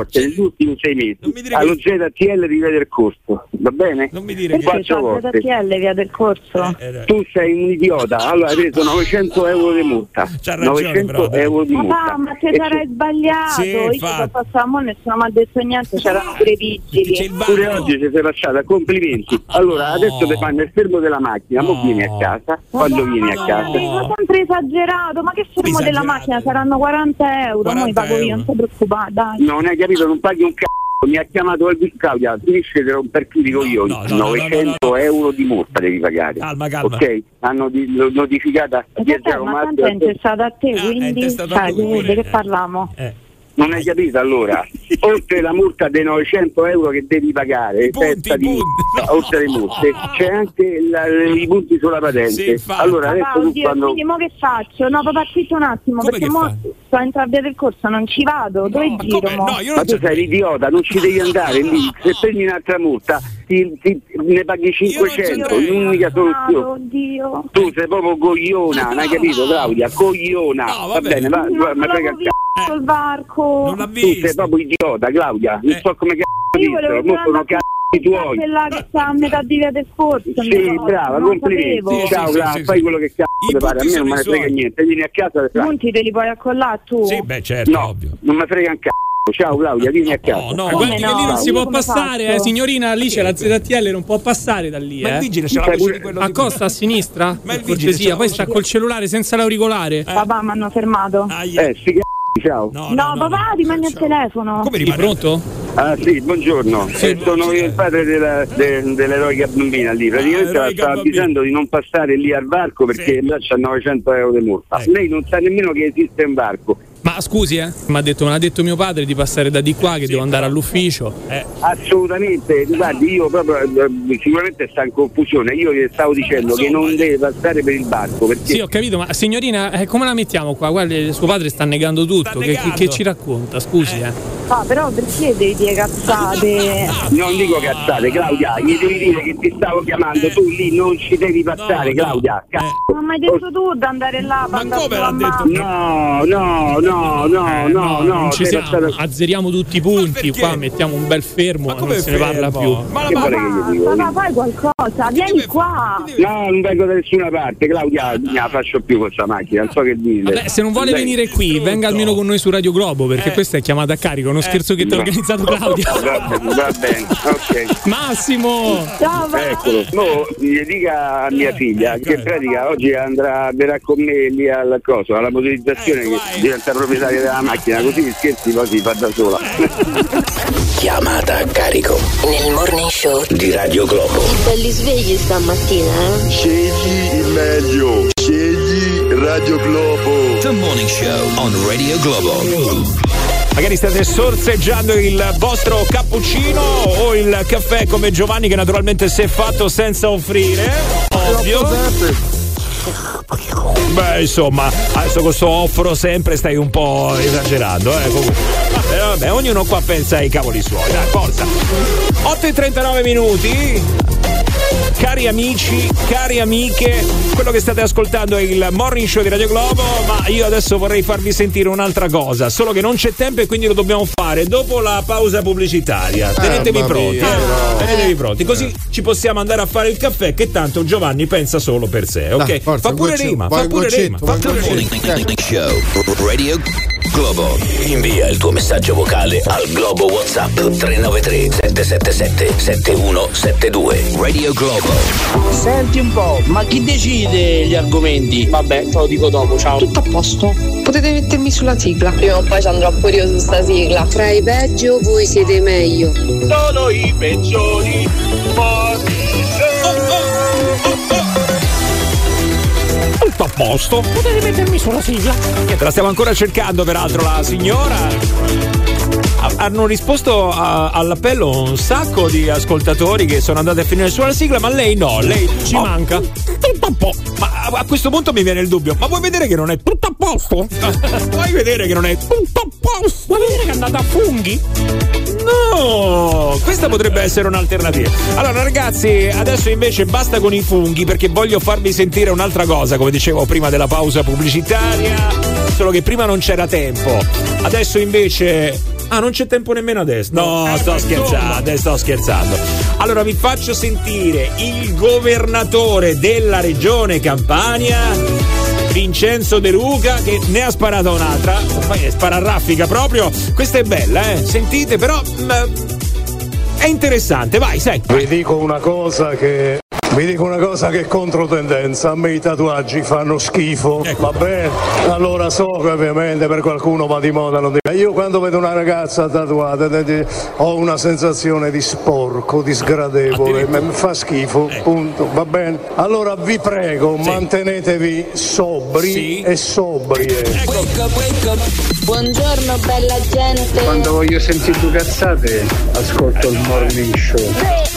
tutti in sei mesi. Allo Z T L rivede il corso, va bene? Non mi dire che c'è Z T L via del corso. Eh, eh, tu sei un idiota, allora hai preso novecento euro di multa. C'ha ragione, novecento euro di multa. Papà, ma te sarai sbagliato. Sì, io infatti. sono passata, nessuno mi ha detto niente, c'erano pure i vigili. Pure oggi ci sei lasciata, complimenti. Allora adesso ti fanno il fermo della macchina, mo vieni a casa. Quando vieni a casa? Ho sempre esagerato, ma che fermo della macchina saranno quaranta euro, noi pago io, non ti preoccupare, dai. Non hai capito, non paghi un c***o, mi ha chiamato Elvis Claudia, finisce di romperti di coglioni, no, no, novecento no, no, no. euro di multa devi pagare. Calma, calma. Ok, hanno di- lo- notificata a Piaggio Ma tanto è intestato a te, è quindi intestato sai, a lui, di che eh. parliamo? Non hai capito allora? Oltre la multa dei novecento euro che devi pagare, testa di multa, oltre le multe, c'è anche la, i punti sulla patente. allora adesso Papà, tu oddio, quando... quindi mo che faccio? No, papà, zitta un attimo, Come perché che mo fai? sto a entrare via del corso, non ci vado, dove giro mo? Ma tu sei l'idiota, non ci devi andare lì. Se prendi un'altra multa ti, ti- ne paghi cinquecento, l'unica soluzione. Oddio. Tu sei proprio cogliona, non hai capito Claudia? Cogliona. va bene, va, va, ma frega il c***o. Col barco. Tu sei proprio idiota Claudia, non so come c***o Io volevo dissero, mo sono c***i tuoi. quella che sta a metà di via del corso. Sì, brava, non complimenti. sapevo. Ciao, Claudia, fai quello che c***o ti pare, a me non me ne frega niente. Vieni a casa e I punti te li puoi accollare tu? Sì, beh, certo, no, ovvio. non mi frega un c***o. Ciao Claudia, vieni a casa. No, guardi che lì non si può passare, eh, signorina, lì c'è la Z T L, non può passare da lì. Ma il eh. vigile c'è la voce di quello di Accosta a sinistra, Ma il per vigile c'è cortesia, la poi voce sta di- col cellulare senza l'auricolare. Papà, mi hanno fermato. Eh, sti c***i, ciao. No, papà, rimani al telefono. Come rimane? Pronto? Ah sì, buongiorno. Eh, sono io il padre della, de, dell'eroica bambina lì. Praticamente la stava dicendo di non passare lì al varco perché là c'ha novecento euro di multa. Lei non sa nemmeno che esiste un varco. Ma scusi, eh, mi ha detto, me l'ha detto mio padre di passare da di qua, che devo andare all'ufficio. Eh. Assolutamente, guardi, io proprio eh, sicuramente sta in confusione. Io gli stavo dicendo che non deve passare per il varco perché Sì, ho capito, ma signorina, eh, come la mettiamo qua? Guardi, suo padre sta negando tutto. Che, che- che ci racconta? Scusi, eh. Ah, però perché devi dire cazzate? non dico cazzate, Claudia, gli devi dire che ti stavo chiamando, tu lì non ci devi passare, Claudia. Cazzo. Ma mi hai detto tu di andare là? Ma come l'ha detto? No, no, no, no, no, no, non ci sei siamo, azzeriamo tutti i punti, qua mettiamo un bel fermo, non se ne parla più. Che vuole che gli dico? Papà, fai qualcosa, vieni qua. No, non vengo da nessuna parte, Claudia, non la faccio più questa macchina, non so che dire. Vabbè, se non vuole Dai. venire qui, venga almeno con noi su Radio Globo, perché questa è chiamata a carico, uno scherzo che ti ha organizzato Claudia. Va, va bene, ok. Massimo! Eccolo, mo gli dica a mia figlia che in pratica oggi andrà, verrà con me lì al coso, alla motorizzazione che diventa proprietaria della macchina, così gli scherzi poi si fa da sola. Chiamata a carico nel morning show di Radio Globo. Belli svegli stamattina, eh? Scegli il meglio, scegli Radio Globo. The Morning Show on Radio Globo. Magari state sorseggiando il vostro cappuccino o il caffè come Giovanni, che naturalmente si è fatto senza offrire, ovvio. Beh, insomma, adesso questo offro sempre stai un po' esagerando, eh, comunque. Eh, vabbè, ognuno qua pensa ai cavoli suoi, dai, forza. otto e trentanove minuti. Cari amici, cari amiche, quello che state ascoltando è il Morning Show di Radio Globo, ma io adesso vorrei farvi sentire un'altra cosa, solo che non c'è tempo e quindi lo dobbiamo fare dopo la pausa pubblicitaria. Tenetevi Eh, pronti, mamma mia, eh. Tenetevi pronti, così ci possiamo andare a fare il caffè, che tanto Giovanni pensa solo per sé, ok? Dai, forza, fa pure un goccetto, rima, vai fa un pure goccetto, rima, vai fa un pure rima. Morning Show Radio Globo. Invia il tuo messaggio vocale al Globo WhatsApp tre nove tre sette sette sette sette uno sette due. Radio Globo. Senti un po', ma chi decide gli argomenti? Vabbè, te lo dico dopo, ciao. Tutto a posto. Potete mettermi sulla sigla. Prima o poi ci andrò pure io su sta sigla. Fra i peggio voi siete i meglio. Sono i peggiori. Tutto a posto. Potete mettermi sulla sigla. Niente, la stiamo ancora cercando, peraltro, la signora. Ha- Hanno risposto a- all'appello un sacco di ascoltatori che sono andati a finire sulla sigla, ma lei no, lei Ci oh, manca. tutto a po'. Ma a a questo punto mi viene il dubbio, ma vuoi vedere che non è tutto a posto? Vuoi vedere che non è tutto a posto? Vuoi vedere che è andata a funghi? No, questa potrebbe essere un'alternativa. Allora ragazzi, adesso invece basta con i funghi, perché voglio farvi sentire un'altra cosa, come dicevo prima della pausa pubblicitaria, solo che prima non c'era tempo. Adesso invece Ah, non c'è tempo nemmeno adesso. No, Eh, sto ma scherzando, sto scherzando. Allora vi faccio sentire il governatore della regione Campania, Vincenzo De Luca, che ne ha sparata un'altra. Poi spara a raffica proprio. Questa è bella, eh. Sentite, però mh, è interessante. Vai, sai. Vi dico una cosa che Vi dico una cosa che è controtendenza, a me i tatuaggi fanno schifo, va bene? Allora so che ovviamente per qualcuno va di moda, non dico. Io quando vedo una ragazza tatuata ho una sensazione di sporco, di sgradevole, mi fa schifo, punto, va bene? Allora vi prego, sì. mantenetevi sobri sì. e sobrie. Ecco. Wake up, wake up. Buongiorno bella gente. Quando voglio sentire due cazzate ascolto il morning show.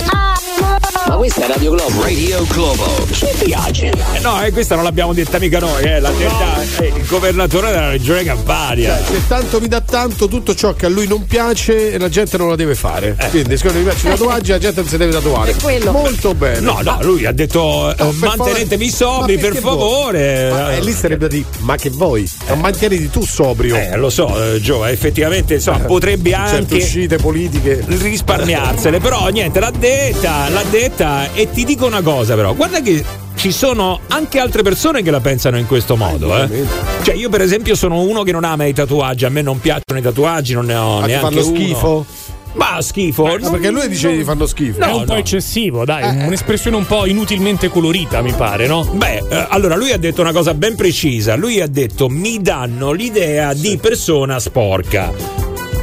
Ma questa è Radio Globo. Radio Globo. Ci piace. Eh no, eh, questa non l'abbiamo detta mica noi, eh, l'ha detta eh, il governatore della regione Campania. Cioè, se tanto mi dà tanto, tutto ciò che a lui non piace, la gente non la deve fare. Eh. Quindi, secondo me, piace i tatuaggi, la gente non si deve tatuare. Quello. Molto bene. No, no, lui ha detto no, eh, mantenetevi sobri, per favore. Ma eh, lì sarebbe da dire, ma che vuoi? Non mantieniti tu sobrio. Eh, lo so, eh, Gio, effettivamente insomma, potrebbe anche certe uscite politiche risparmiarsele, però niente, l'ha detta, l'ha detta e ti dico una cosa però, guarda che ci sono anche altre persone che la pensano in questo modo, eh. Cioè io per esempio sono uno che non ama i tatuaggi, a me non piacciono i tatuaggi, non ne ho ma neanche fanno uno. schifo? Ma schifo, no, non, perché lui dice non, che fanno schifo. No, è un no. po' eccessivo, dai, eh, un'espressione un po' inutilmente colorita, mi pare, no? Beh, eh, allora lui ha detto una cosa ben precisa, lui ha detto mi danno l'idea sì. di persona sporca.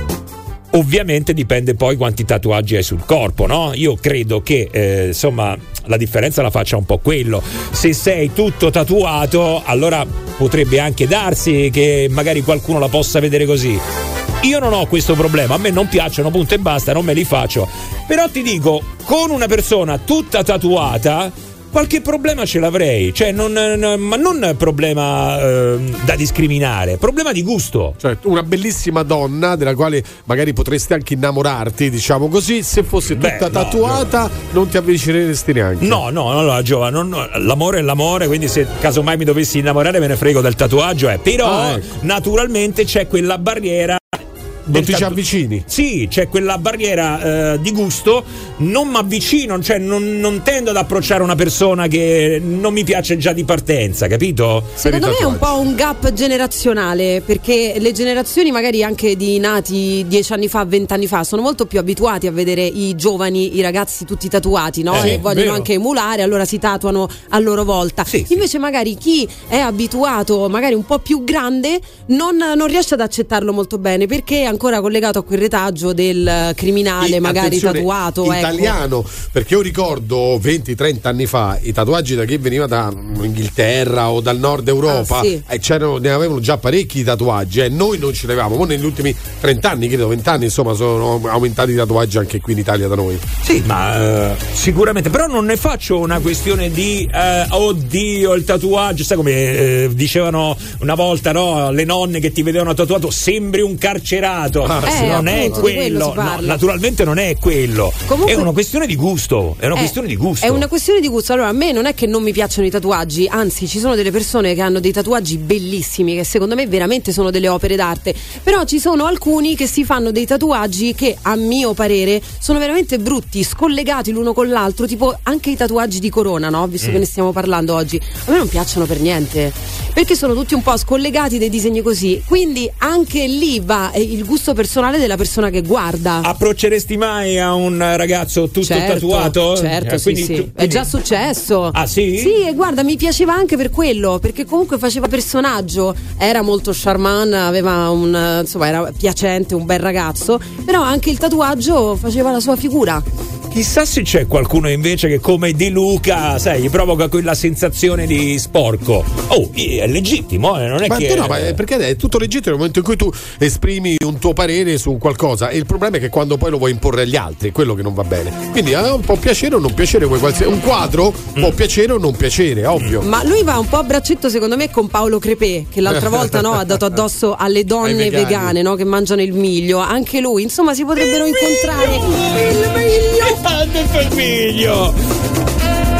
Ovviamente dipende poi quanti tatuaggi hai sul corpo, no? Io credo che eh, insomma la differenza la faccia un po' quello. Se sei tutto tatuato, allora potrebbe anche darsi che magari qualcuno la possa vedere così. Io non ho questo problema, a me non piacciono, punto e basta, non me li faccio. Però ti dico, con una persona tutta tatuata qualche problema ce l'avrei, cioè non, non, ma non problema eh, da discriminare, problema di gusto. Cioè una bellissima donna della quale magari potresti anche innamorarti, diciamo così, se fosse tutta Beh, tatuata no, no. non ti avvicineresti neanche. No, no, allora Giova, non, no, l'amore è l'amore, quindi se casomai mi dovessi innamorare me ne frego del tatuaggio, eh. Però ah, ecco. naturalmente c'è quella barriera. Non ti ci avvicini? Sì, c'è quella barriera eh, di gusto, non mi avvicino, cioè non, non tendo ad approcciare una persona che non mi piace già di partenza, capito? Secondo me è un po' un gap generazionale, perché le generazioni magari anche di nati dieci anni fa, venti anni fa sono molto più abituati a vedere i giovani, i ragazzi tutti tatuati, no? Eh, e vogliono vero. anche emulare, allora si tatuano a loro volta. Sì, Invece sì. magari chi è abituato, magari un po' più grande, non, non riesce ad accettarlo molto bene, perché è ancora collegato a quel retaggio del criminale e, magari tatuato italiano, ecco. Perché io ricordo venti trenta anni fa i tatuaggi da chi veniva da Inghilterra o dal nord Europa, ah, sì. e c'erano, ne avevano già parecchi tatuaggi e eh. noi non ce ne avevamo. Poi negli ultimi trenta anni, credo venti anni, insomma, sono aumentati i tatuaggi anche qui in Italia da noi. Sì, ma uh, sicuramente, però non ne faccio una questione di uh, oddio il tatuaggio, sai come uh, dicevano una volta, no, le nonne che ti vedevano tatuato, sembri un carcerato. Ah, eh, non appunto, è quello, quello no, naturalmente non è quello. Comunque, è una questione di gusto, è una è, questione di gusto. È una questione di gusto. Allora, a me non è che non mi piacciono i tatuaggi, anzi, ci sono delle persone che hanno dei tatuaggi bellissimi, che secondo me veramente sono delle opere d'arte. Però ci sono alcuni che si fanno dei tatuaggi che, a mio parere, sono veramente brutti, scollegati l'uno con l'altro, tipo anche i tatuaggi di Corona, no? Visto mm. che ne stiamo parlando oggi. A me non piacciono per niente, perché sono tutti un po' scollegati, dei disegni così. Quindi anche lì va il gusto personale della persona che guarda. Approcceresti mai a un ragazzo tutto certo, tatuato? Certo, eh, sì, sì. Tu, quindi... È già successo. Ah, sì? Sì, e guarda, mi piaceva anche per quello, perché comunque faceva personaggio, era molto charmant, aveva un, insomma, era piacente, un bel ragazzo, però anche il tatuaggio faceva la sua figura. Chissà se c'è qualcuno invece che come De Luca, sai, gli provoca quella sensazione di sporco. Oh, è legittimo, eh? Non è ma che no, ma è perché è tutto legittimo nel momento in cui tu esprimi un tuo parere su qualcosa, e il problema è che quando poi lo vuoi imporre agli altri, è quello che non va bene. Quindi eh, può piacere o non piacere, un quadro mm. può piacere o non piacere, ovvio. Ma lui va un po' a braccetto secondo me con Paolo Crepè, che l'altra volta no, ha dato addosso alle donne vegane, no, che mangiano il miglio. Anche lui, insomma, si potrebbero il incontrare. Miglio, il miglio! Ha detto il miglio!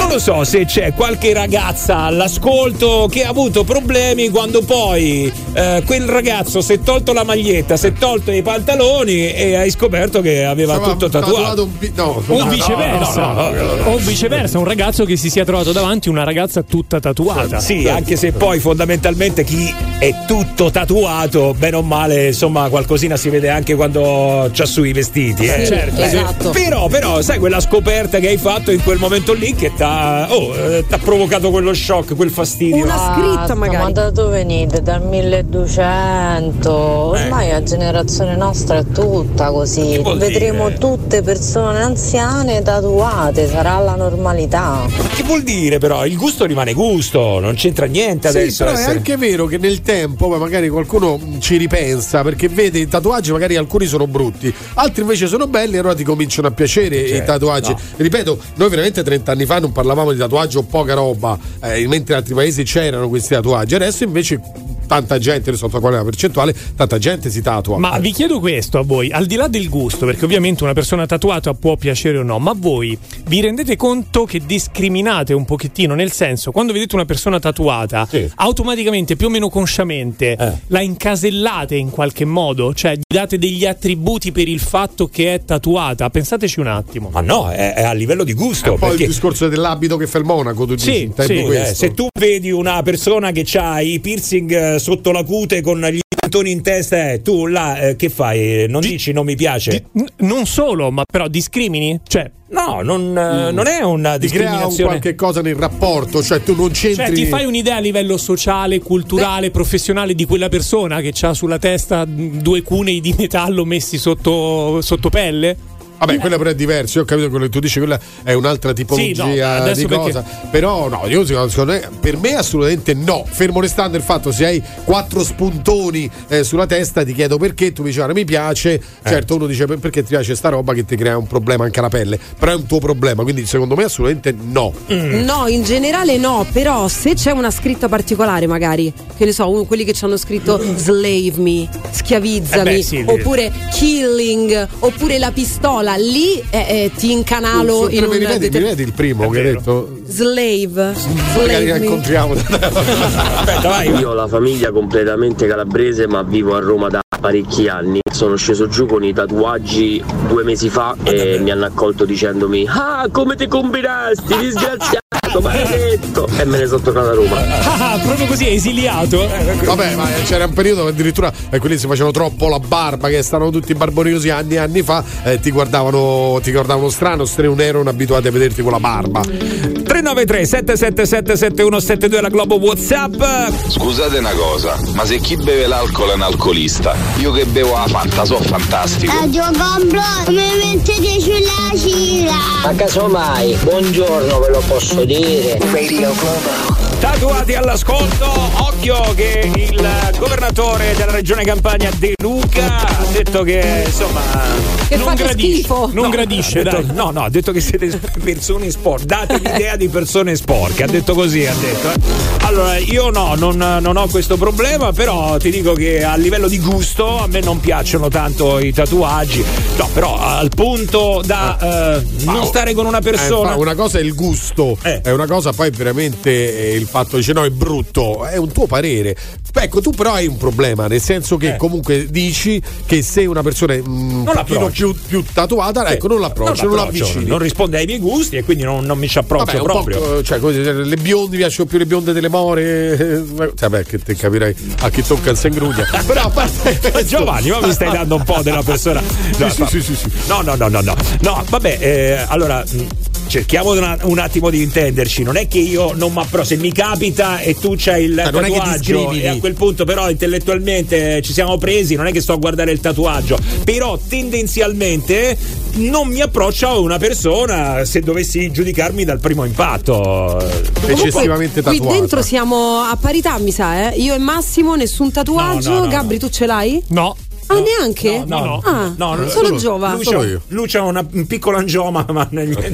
non lo so se c'è qualche ragazza all'ascolto che ha avuto problemi quando poi eh, quel ragazzo si è tolto la maglietta, si è tolto i pantaloni e hai scoperto che aveva Stava tutto tatuato, tatuato un pi- no, o no, viceversa no, no, no, no, no. o viceversa un ragazzo che si sia trovato davanti una ragazza tutta tatuata. Sì, anche se poi fondamentalmente chi è tutto tatuato bene o male insomma qualcosina si vede anche quando c'ha su i vestiti, eh. Sì, certo, esatto. Però, però, sai quella scoperta che hai fatto in quel momento lì che t'ha, oh, eh, t'ha provocato quello shock, quel fastidio. Una scritta magari. Ma da dove venite? Dal milleduecento. Ormai Eh. la generazione nostra è tutta così. vuol Vedremo dire? tutte persone anziane tatuate, sarà la normalità. Ma che vuol dire però? Il gusto rimane gusto, non c'entra niente Sì, adesso. però è essere- anche vero che nel tempo poi magari qualcuno ci ripensa perché vede i tatuaggi, magari alcuni sono brutti, altri invece sono belli e allora ti cominciano a piacere i Certo, tatuaggi. no. Ripeto, noi veramente trenta anni fa non parlavamo di tatuaggi o poca roba, eh, mentre in altri paesi c'erano questi tatuaggi, adesso invece tanta gente, non so qual è la percentuale, tanta gente si tatua. Ma vi chiedo questo a voi, al di là del gusto, perché ovviamente una persona tatuata può piacere o no, ma voi vi rendete conto che discriminate un pochettino? Nel senso, quando vedete una persona tatuata, Sì. automaticamente, più o meno consciamente, Eh. la incasellate in qualche modo? Cioè, gli date degli attributi per il fatto che è tatuata? Pensateci un attimo. Ma no, è, è a livello di gusto. un po' perché il discorso dell'abito che fa il monaco, tu Sì, dici, intendo sì, eh, questo. se tu vedi una persona che ha i piercing eh, sotto la cute con gli toni in testa, eh, tu là eh, che fai? Non Di- dici non mi piace? Di- n- non solo, ma però discrimini? Cioè, No, non, eh, non è una ti crea un discriminazione. qualche cosa nel rapporto, cioè tu non c'entri. Cioè, ti fai un'idea a livello sociale, culturale, professionale di quella persona che ha sulla testa due cunei di metallo messi sotto, sotto pelle? Vabbè, quella però è diversa. Io ho capito quello che tu dici, quella è un'altra tipologia Sì, no, adesso di perché- cosa. Però no, io secondo me, per me assolutamente no. Fermo restando il fatto, se hai quattro spuntoni eh, sulla testa, ti chiedo perché, tu mi dici, "Guarda, mi piace". Certo, uno dice "Per- perché ti piace sta roba che ti crea un problema anche alla pelle". Però è un tuo problema, quindi secondo me assolutamente no. No, in generale no, però se c'è una scritta particolare magari, che ne so, uno, quelli che ci hanno scritto slave me, schiavizzami, Eh beh, sì, oppure killing, oppure la pistola, lì eh, eh, ti incanalo in mi, un rivedi, deter- mi rivedi il primo È che hai vero. detto? slave, Magari la slave me. incontriamo. Aspetta, vai. Io ho la famiglia completamente calabrese, ma vivo a Roma da parecchi anni. Sono sceso giù con i tatuaggi due mesi fa e mi hanno accolto dicendomi: "Ah, come ti combinasti, disgraziato, maledetto!" E me ne sono tornato a Roma. Ah, proprio così, è esiliato? Vabbè, ma c'era un periodo dove addirittura eh, quelli si facevano troppo la barba, che stavano tutti barboniosi anni e anni fa, eh, ti guardavano ti guardavano strano, se non erano abituati a vederti con la barba. tre nove tre sette sette sette sette uno sette due la Globo WhatsApp. Scusate una cosa, ma se chi beve l'alcol è un alcolista, io che bevo la Fanta so fantastico. Radio Complo, come mettete sulla sigla? Ma casomai, buongiorno ve lo posso dire. Radio Globo. Tatuati all'ascolto, occhio che il governatore della regione Campania De Luca ha detto che insomma Che non fate gradisce, schifo. non No, gradisce, ha detto- dai. No, no, ha detto che siete persone sporche. Date l'idea di persone sporche. Ha detto così, ha detto. eh. Allora, io no, non, non ho questo problema, però ti dico che a livello di gusto a me non piacciono tanto i tatuaggi. No, però al punto da eh, non stare con una persona. Eh, fa- una cosa è il gusto, Eh. è una cosa poi veramente eh, il fatto dice no, è brutto, è un tuo parere. Ecco, tu però hai un problema, nel senso che Eh. comunque dici che se una persona è un pochino l'approccio. più, più tatuata, Sì. ecco, non l'approccio, non, l'approccio, l'avvicini. non risponde ai miei gusti e quindi non, non mi ci approccio Vabbè, un proprio. po', cioè, come dire, le bionde piacciono più le bionde delle more. eh, Vabbè, che te capirai a chi tocca il sangrugna. Però a parte questo- Giovanni, ma mi stai dando un po' della persona. No, Sì, sì, sì, sì. no, no, no, no, no. No, vabbè, eh, allora mh, cerchiamo una- un attimo di intenderci. Non è che io non mi approccio, se mi capita e tu c'hai il Eh, non è che tatuaggio discrimini. e a quel punto però intellettualmente ci siamo presi, non è che sto a guardare il tatuaggio, però tendenzialmente non mi approccio a una persona se dovessi giudicarmi dal primo impatto. eccessivamente Qui tatuata. dentro siamo a parità, mi sa, eh? Io e Massimo, nessun tatuaggio. No, no, no, Gabri, tu ce l'hai? No. Ah, neanche? No, no, Ah, no, no, solo solo- Giova. Lui Solo c'ha, io. lui c'ha una- un piccolo angioma, ma niente,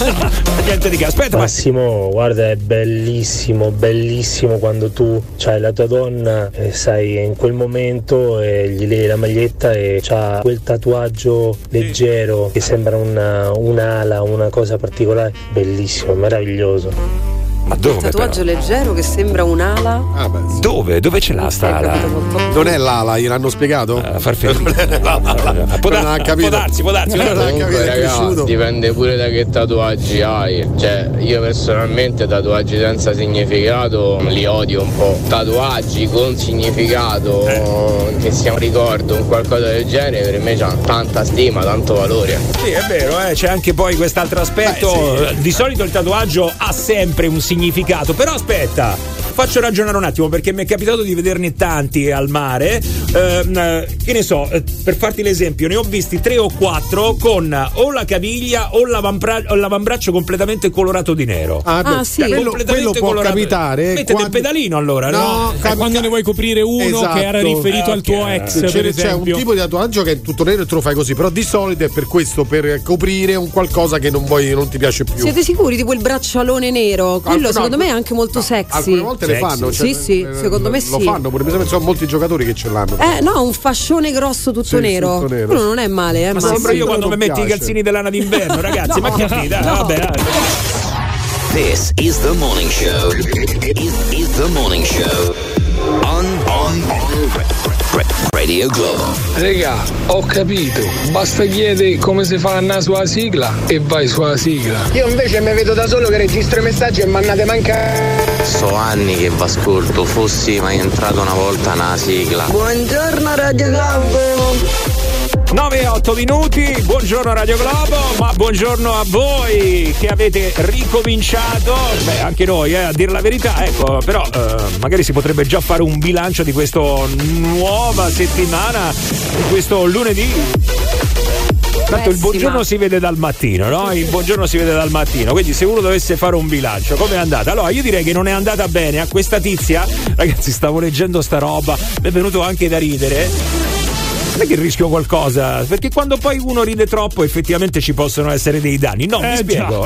niente di che. Aspetta, ma Massimo, guarda, è bellissimo, bellissimo quando tu c'hai la tua donna e sai in quel momento e gli levi la maglietta e c'ha quel tatuaggio leggero che sembra una, un'ala, una una cosa particolare, bellissimo, meraviglioso. Ma dove? Un tatuaggio però? Leggero che sembra un'ala. Ah, beh, sì. Dove? Dove ce l'ha sta ala? Non è l'ala, gliel'hanno spiegato? Uh, far finire. Può darsi, può darsi. Comunque, ragazzi, dipende pure da che tatuaggi hai. Cioè, io personalmente tatuaggi senza significato li odio un po'. Tatuaggi con significato, eh. che sia un ricordo, un qualcosa del genere, per me c'ha tanta stima, tanto valore. Sì, è vero, eh? C'è anche poi quest'altro aspetto. Beh, sì. Di solito il tatuaggio ha sempre un significato, però aspetta, faccio ragionare un attimo, perché mi è capitato di vederne tanti al mare, eh, che ne so, eh, per farti l'esempio, ne ho visti tre o quattro con o la caviglia o l'avambra- o l'avambraccio completamente colorato di nero. Ah, beh, ah sì, quello, quello può colorato. Capitare. Mettete quando... il pedalino allora, no? no? Cap- quando ne vuoi coprire uno, esatto, che era riferito eh, al tuo okay. ex, c'è, per esempio. C'è un tipo di tatuaggio che è tutto nero e te lo fai così, però di solito è per questo, per coprire un qualcosa che non vuoi, non ti piace più. Siete sicuri? Tipo il braccialone nero? Quello no, secondo me è anche molto no, sexy. Alcune volte sexy. le fanno. Cioè, sì, sì, eh, secondo me lo sì. Lo fanno pure, mi sembra sono molti giocatori che ce l'hanno. Eh no, un fascione grosso tutto, sì, nero. tutto nero. Quello non è male, eh. Ma, ma sembra sì, io quando mi metti i calzini dell'ana d'inverno, ragazzi, no, ma che dite? No. Vabbè, vabbè. This is the morning show. Is, is the morning show. On, on, on Radio Globo. Regà, ho capito. Basta chiedere come si fa a andare sulla sigla e vai sulla sigla. Io invece mi vedo da solo che registro i messaggi e mannate manca. So anni che v'ascolto, fossi mai entrato una volta nella sigla. Buongiorno Radio Globo. nove e otto minuti, buongiorno Radio Globo, ma buongiorno a voi che avete ricominciato, beh anche noi eh, a dire la verità, ecco, però eh, magari si potrebbe già fare un bilancio di questa nuova settimana, di questo lunedì. Tanto il buongiorno si vede dal mattino, no? Il buongiorno si vede dal mattino, quindi se uno dovesse fare un bilancio, come è andata? Allora io direi che non è andata bene a questa tizia, ragazzi, stavo leggendo sta roba, mi è venuto anche da ridere. Non è che rischio qualcosa, perché quando poi uno ride troppo effettivamente ci possono essere dei danni. No, eh, vi spiego.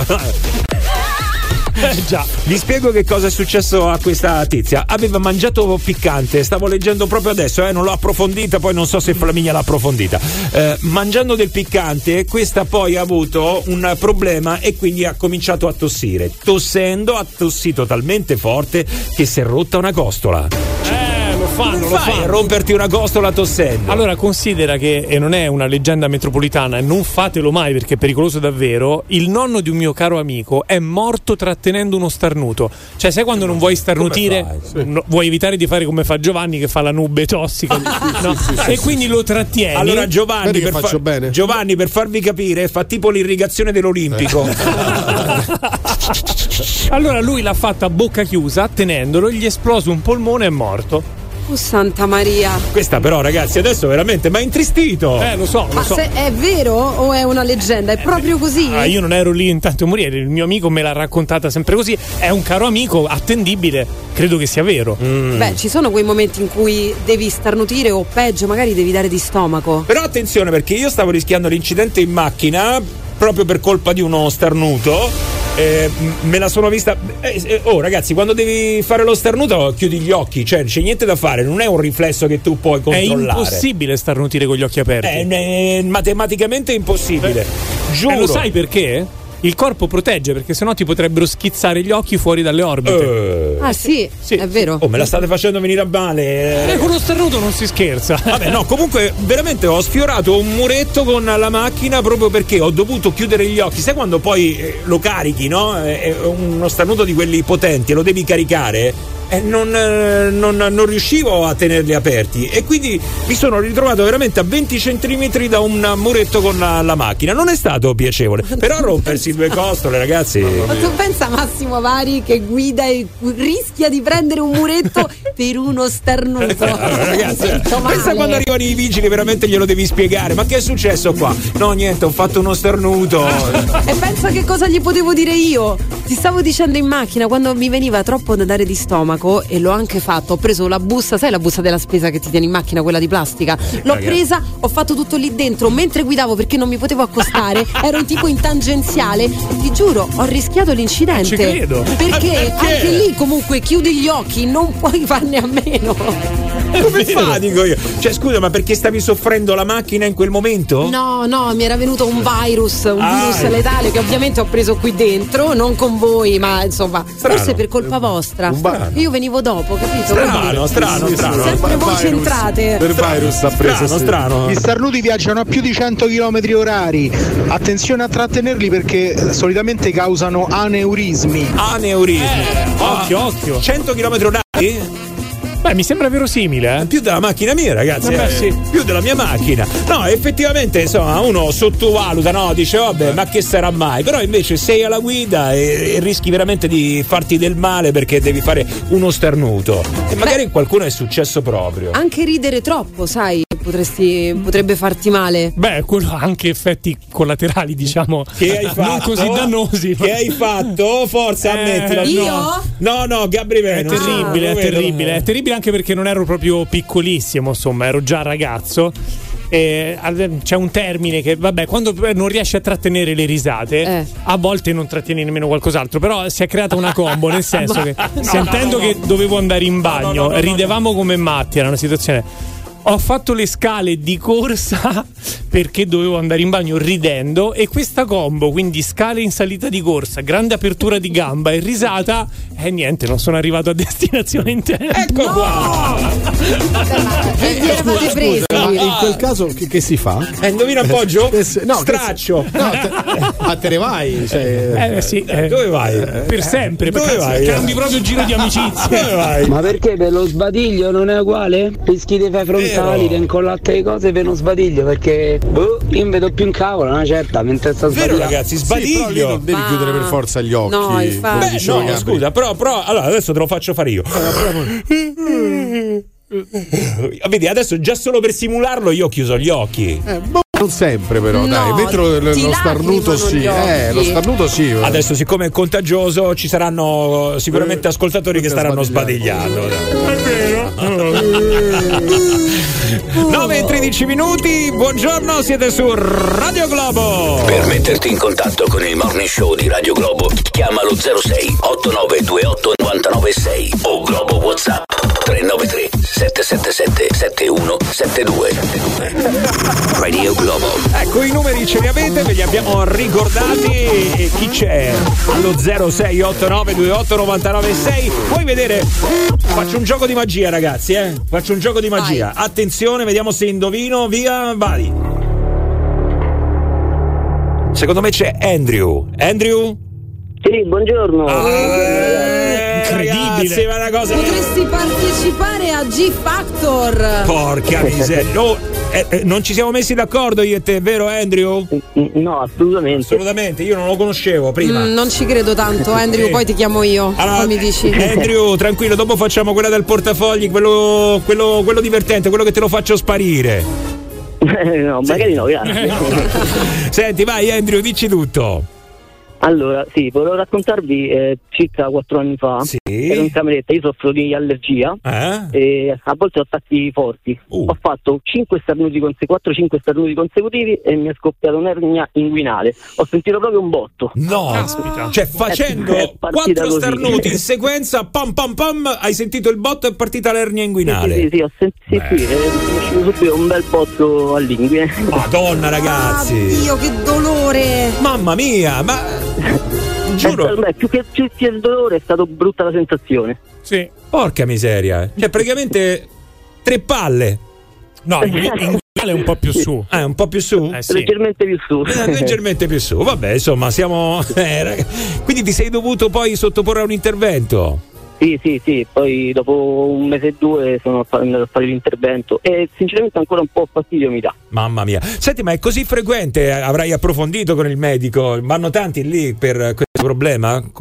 Eh già, vi spiego che cosa è successo a questa tizia. Aveva mangiato piccante, stavo leggendo proprio adesso, eh, non l'ho approfondita, poi non so se Flaminia l'ha approfondita. Eh, mangiando del piccante, questa poi ha avuto un problema e quindi ha cominciato a tossire. Tossendo ha tossito talmente forte che si è rotta una costola. Lo fanno, non lo fai fanno. a romperti una costola tossendo. Allora considera che, e non è una leggenda metropolitana, e non fatelo mai perché è pericoloso davvero, il nonno di un mio caro amico è morto trattenendo uno starnuto. Cioè sai quando non vuoi starnutire, sì. no, vuoi evitare di fare come fa Giovanni che fa la nube tossica, no? sì, sì, sì, e sì, quindi sì. lo trattieni. Allora Giovanni per, faccio fa- bene. Giovanni per farvi capire fa tipo l'irrigazione dell'Olimpico. Allora lui l'ha fatta a bocca chiusa tenendolo, gli è esploso un polmone e è morto. Oh Santa Maria. Questa però ragazzi adesso veramente mi ha intristito. Eh lo so, lo Ma so. se è vero o è una leggenda? È proprio così? Ah, io non ero lì intanto a morire, il mio amico me l'ha raccontata sempre così. È un caro amico, attendibile, credo che sia vero. Mm. Beh, ci sono quei momenti in cui devi starnutire o peggio, magari devi dare di stomaco. Però attenzione, perché io stavo rischiando l'incidente in macchina proprio per colpa di uno starnuto. Eh, me la sono vista. Eh, eh, oh ragazzi, quando devi fare lo starnuto chiudi gli occhi, cioè c'è niente da fare, non è un riflesso che tu puoi controllare. È impossibile starnutire con gli occhi aperti. È, è matematicamente impossibile. Eh. Giuro. Eh, lo sai perché? Il corpo protegge, perché sennò ti potrebbero schizzare gli occhi fuori dalle orbite. Uh, ah sì, sì, è vero. Oh, me la state facendo venire a male. Eh, con lo starnuto non si scherza. Vabbè, no, comunque veramente ho sfiorato un muretto con la macchina proprio perché ho dovuto chiudere gli occhi. Sai quando poi eh, lo carichi, no? È uno starnuto di quelli potenti e lo devi caricare. E non, eh, non, non riuscivo a tenerli aperti e quindi mi sono ritrovato veramente a venti centimetri da un muretto con la, la macchina. Non è stato piacevole, però rompersi due costole, ragazzi. Ma tu pensa Massimo Vari che guida e rischia di prendere un muretto per uno starnuto. Allora, ragazzi, pensa quando arrivano i vigili, veramente glielo devi spiegare. Ma che è successo qua? No, niente, ho fatto uno starnuto. E pensa che cosa gli potevo dire io. Ti stavo dicendo in macchina, quando mi veniva troppo da dare di stomaco, e l'ho anche fatto, ho preso la busta, sai la busta della spesa che ti tieni in macchina, quella di plastica? L'ho Ragazzi. presa, ho fatto tutto lì dentro mentre guidavo perché non mi potevo accostare, ero un tipo in tangenziale, ti giuro, ho rischiato l'incidente. Ci credo. Perché, Perché? anche lì comunque chiudi gli occhi, non puoi farne a meno. Come fa, dico io? Cioè, scusa, ma perché stavi soffrendo la macchina in quel momento? No, no, mi era venuto un virus, un Ah, virus ecco. letale che ovviamente ho preso qui dentro, non con voi, ma insomma, Strano. forse per colpa vostra. Strano. Io venivo dopo, capito? Strano, strano, strano. Sempre voi centrate. Per virus ha preso. Strano, sì. strano. Gli starnuti viaggiano a più di cento chilometri orari. Attenzione a trattenerli perché solitamente causano aneurismi. Aneurismi. Eh, occhio, occhio. cento chilometri orari? Beh, mi sembra verosimile, eh? Più della macchina mia, ragazzi. Vabbè, eh, sì. Più della mia macchina. No, effettivamente, insomma, uno sottovaluta, no? Dice, vabbè, ma che sarà mai? Però invece sei alla guida e, e rischi veramente di farti del male perché devi fare uno starnuto. E magari Beh, qualcuno è successo proprio. Anche ridere troppo, sai, potresti, potrebbe farti male. Beh, quello ha anche effetti collaterali, diciamo. Che hai fatto? Non così dannosi. Che hai fatto? Forza, Eh, ammettila. io? No, no, Gabri È Venus. terribile, Ah, è lo vedo. terribile, è terribile anche perché non ero proprio piccolissimo, insomma, ero già ragazzo. E c'è un termine che, vabbè, quando non riesci a trattenere le risate, Eh. a volte non trattieni nemmeno qualcos'altro. Però si è creata una combo, nel senso che no, sentendo no, no, che dovevo andare in bagno, no, no, no, ridevamo come matti, era una situazione. Ho fatto le scale di corsa perché dovevo andare in bagno ridendo, e questa combo, quindi scale in salita di corsa, grande apertura di gamba e risata, e niente, non sono arrivato a destinazione in tempo. Ecco qua. E vi eravate presi. Ma in quel caso che, che si fa? Eh, indovina un po', Gio? Eh, se- no, Straccio. che- no, te, ma te ne vai? Cioè, Eh sì, eh, Dove vai? per sempre, Dove perché vai? cambi proprio giro di amicizia. Dove vai? Ma perché per lo sbadiglio non è uguale? Rischi di fare frontali, di incollate le cose per uno sbadiglio, perché boh, io mi vedo più in cavola, una certa, mentre sta Vero, sbagliando. ragazzi, sì, però lì sbadiglio. non devi Ma- chiudere per forza gli occhi. No, infatti. come Beh, diceva no, Gabri. scusa, però, però, allora adesso te lo faccio fare io. Vedi, adesso già solo per simularlo io ho chiuso gli occhi. Eh, boh, non sempre però, No, dai, mentre lo, lo ti starnuto lacrimano sì, gli eh, lo occhi. starnuto sì. eh. Adesso, siccome è contagioso, ci saranno sicuramente Eh, ascoltatori che tutti a staranno sbadigliare. sbadigliando. nove e tredici minuti, buongiorno, siete su Radio Globo. Per metterti in contatto con il Morning Show di Radio Globo, chiamalo zero sei otto nove due otto nove nove sei o Globo WhatsApp tre nove tre sette sette sette sette uno sette due. Radio Globo. Ecco, i numeri ce li avete, ve li abbiamo ricordati. E chi c'è? Allo zero sei otto nove due otto nove nove sei. Vuoi vedere? Faccio un gioco di magia, ragazzi, eh? Faccio un gioco di magia. Vai. Attenzione, vediamo se indovino. Via, vai. Secondo me c'è Andrew. Andrew? Sì, buongiorno. Eh, Incredibile. ragazzi, ma è una cosa. Potresti partecipare a G Factor. Porca miseria. Oh, eh, eh, non ci siamo messi d'accordo io e te, vero Andrew? No, assolutamente. Assolutamente, io non lo conoscevo prima. Mm, non ci credo tanto, Andrew, Sì. poi ti chiamo io. Allora, poi mi dici. Andrew, tranquillo, dopo facciamo quella del portafogli, quello, quello, quello divertente, quello che te lo faccio sparire. no, magari no, grazie. Senti, vai Andrew, dici tutto. Allora, sì, volevo raccontarvi eh, circa quattro anni fa, Sì. ero in cameretta, io soffro di allergia Eh? e a volte ho attacchi forti. Uh. Ho fatto cinque starnuti conse- quattro cinque starnuti consecutivi e mi è scoppiata un'ernia inguinale. Ho sentito proprio un botto. No, Caspita. cioè facendo È partita quattro così. starnuti in sequenza, pam pam pam, hai sentito il botto e è partita l'ernia inguinale. Sì, sì, sì, ho sentito, sì, Beh. sì, eh, mi è uscito subito un bel botto all'inguine. Madonna ragazzi. Dio, che dolore. Mamma mia, ma giuro. Eh, beh, più che più che il dolore è stato brutta la sensazione. Sì. Porca miseria. Cioè praticamente tre palle. No, in in è un po' più su. Eh, un po' più su? Eh, sì. Leggermente più su. Eh, leggermente più su. Vabbè, insomma, siamo eh, rag- quindi ti sei dovuto poi sottoporre a un intervento. Sì, sì, sì, poi dopo un mese e due sono andato a fare l'intervento e sinceramente ancora un po' fastidio mi dà. Mamma mia. Senti, ma è così frequente? Avrai approfondito con il medico? Vanno tanti lì per questo problema?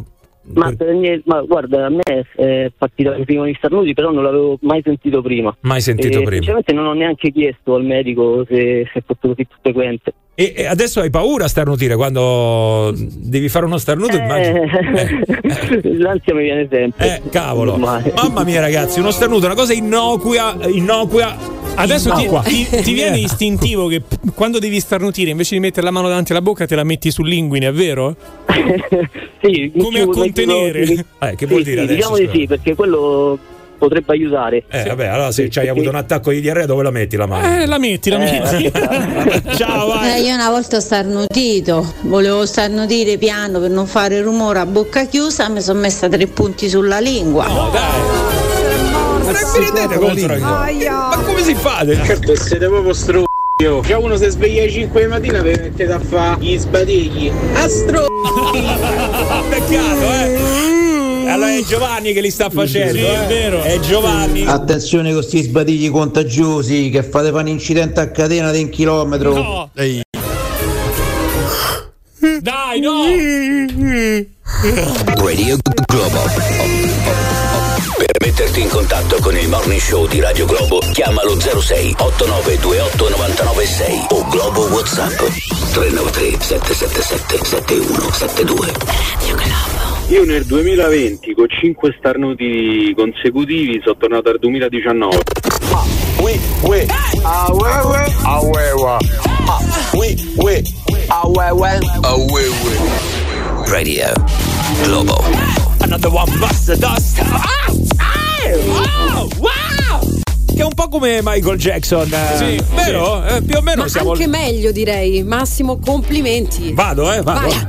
Ma, per... ma guarda, a me è partita prima di starnuti, però non l'avevo mai sentito prima. Mai sentito e, prima. Sinceramente non ho neanche chiesto al medico se, se fosse così frequente. E, e adesso hai paura a starnutire quando devi fare uno starnuto? Eh, Immagino. Eh. L'ansia mi viene sempre. Eh, cavolo. Ormai. Mamma mia, ragazzi, uno starnuto è una cosa innocua, innocua. Adesso ti, ti, ti viene Yeah. istintivo che p- quando devi starnutire, invece di mettere la mano davanti alla bocca, te la metti sull'inguine, è vero? Sì, come a contenere. Eh, che vuol sì, dire sì, adesso? Diciamo di sì, perché quello potrebbe aiutare. Eh, vabbè, allora se ci hai avuto un attacco di diarrea, dove la metti la mano? Eh, la metti, la Eh, metti. Ciao, vai. Eh, io una volta ho starnutito, volevo starnutire piano per non fare rumore a bocca chiusa, mi sono messa tre punti sulla lingua. No, dai. Ma rendete conto, ragazzi? Ma come si fa? Certo, siete proprio stro***o. Già uno si sveglia alle cinque di mattina per mettete a fare gli sbadigli. A stro***o. Peccato, eh. Allora è Giovanni che li sta facendo. Sì, eh. è vero. È Giovanni. Attenzione con questi sbadigli contagiosi che fate fare un incidente a catena di un chilometro. No. Ehi. Dai, no. Radio Globo. Per metterti in contatto con il Morning Show di Radio Globo, chiamalo zero sei otto nove due otto nove nove sei o Globo WhatsApp tre nove tre sette sette sette sette uno sette due. Radio Globo. Io nel duemilaventi con cinque starnuti consecutivi sono tornato al duemiladiciannove. Ah, oui, oui. Ah, ouais, ouais. Ah, ouais, ouais. Ah, oui, oui. Ah, ouais, ouais. Ah, ouais, ouais. Radio Globo. Another one bust the dust. Ah! Ah! Oh! Wow! Che è un po' come Michael Jackson. Eh. Sì, vero? sì. Eh, più o meno Ma siamo. anche meglio, direi. Massimo, complimenti. Vado, eh, vado. Vai.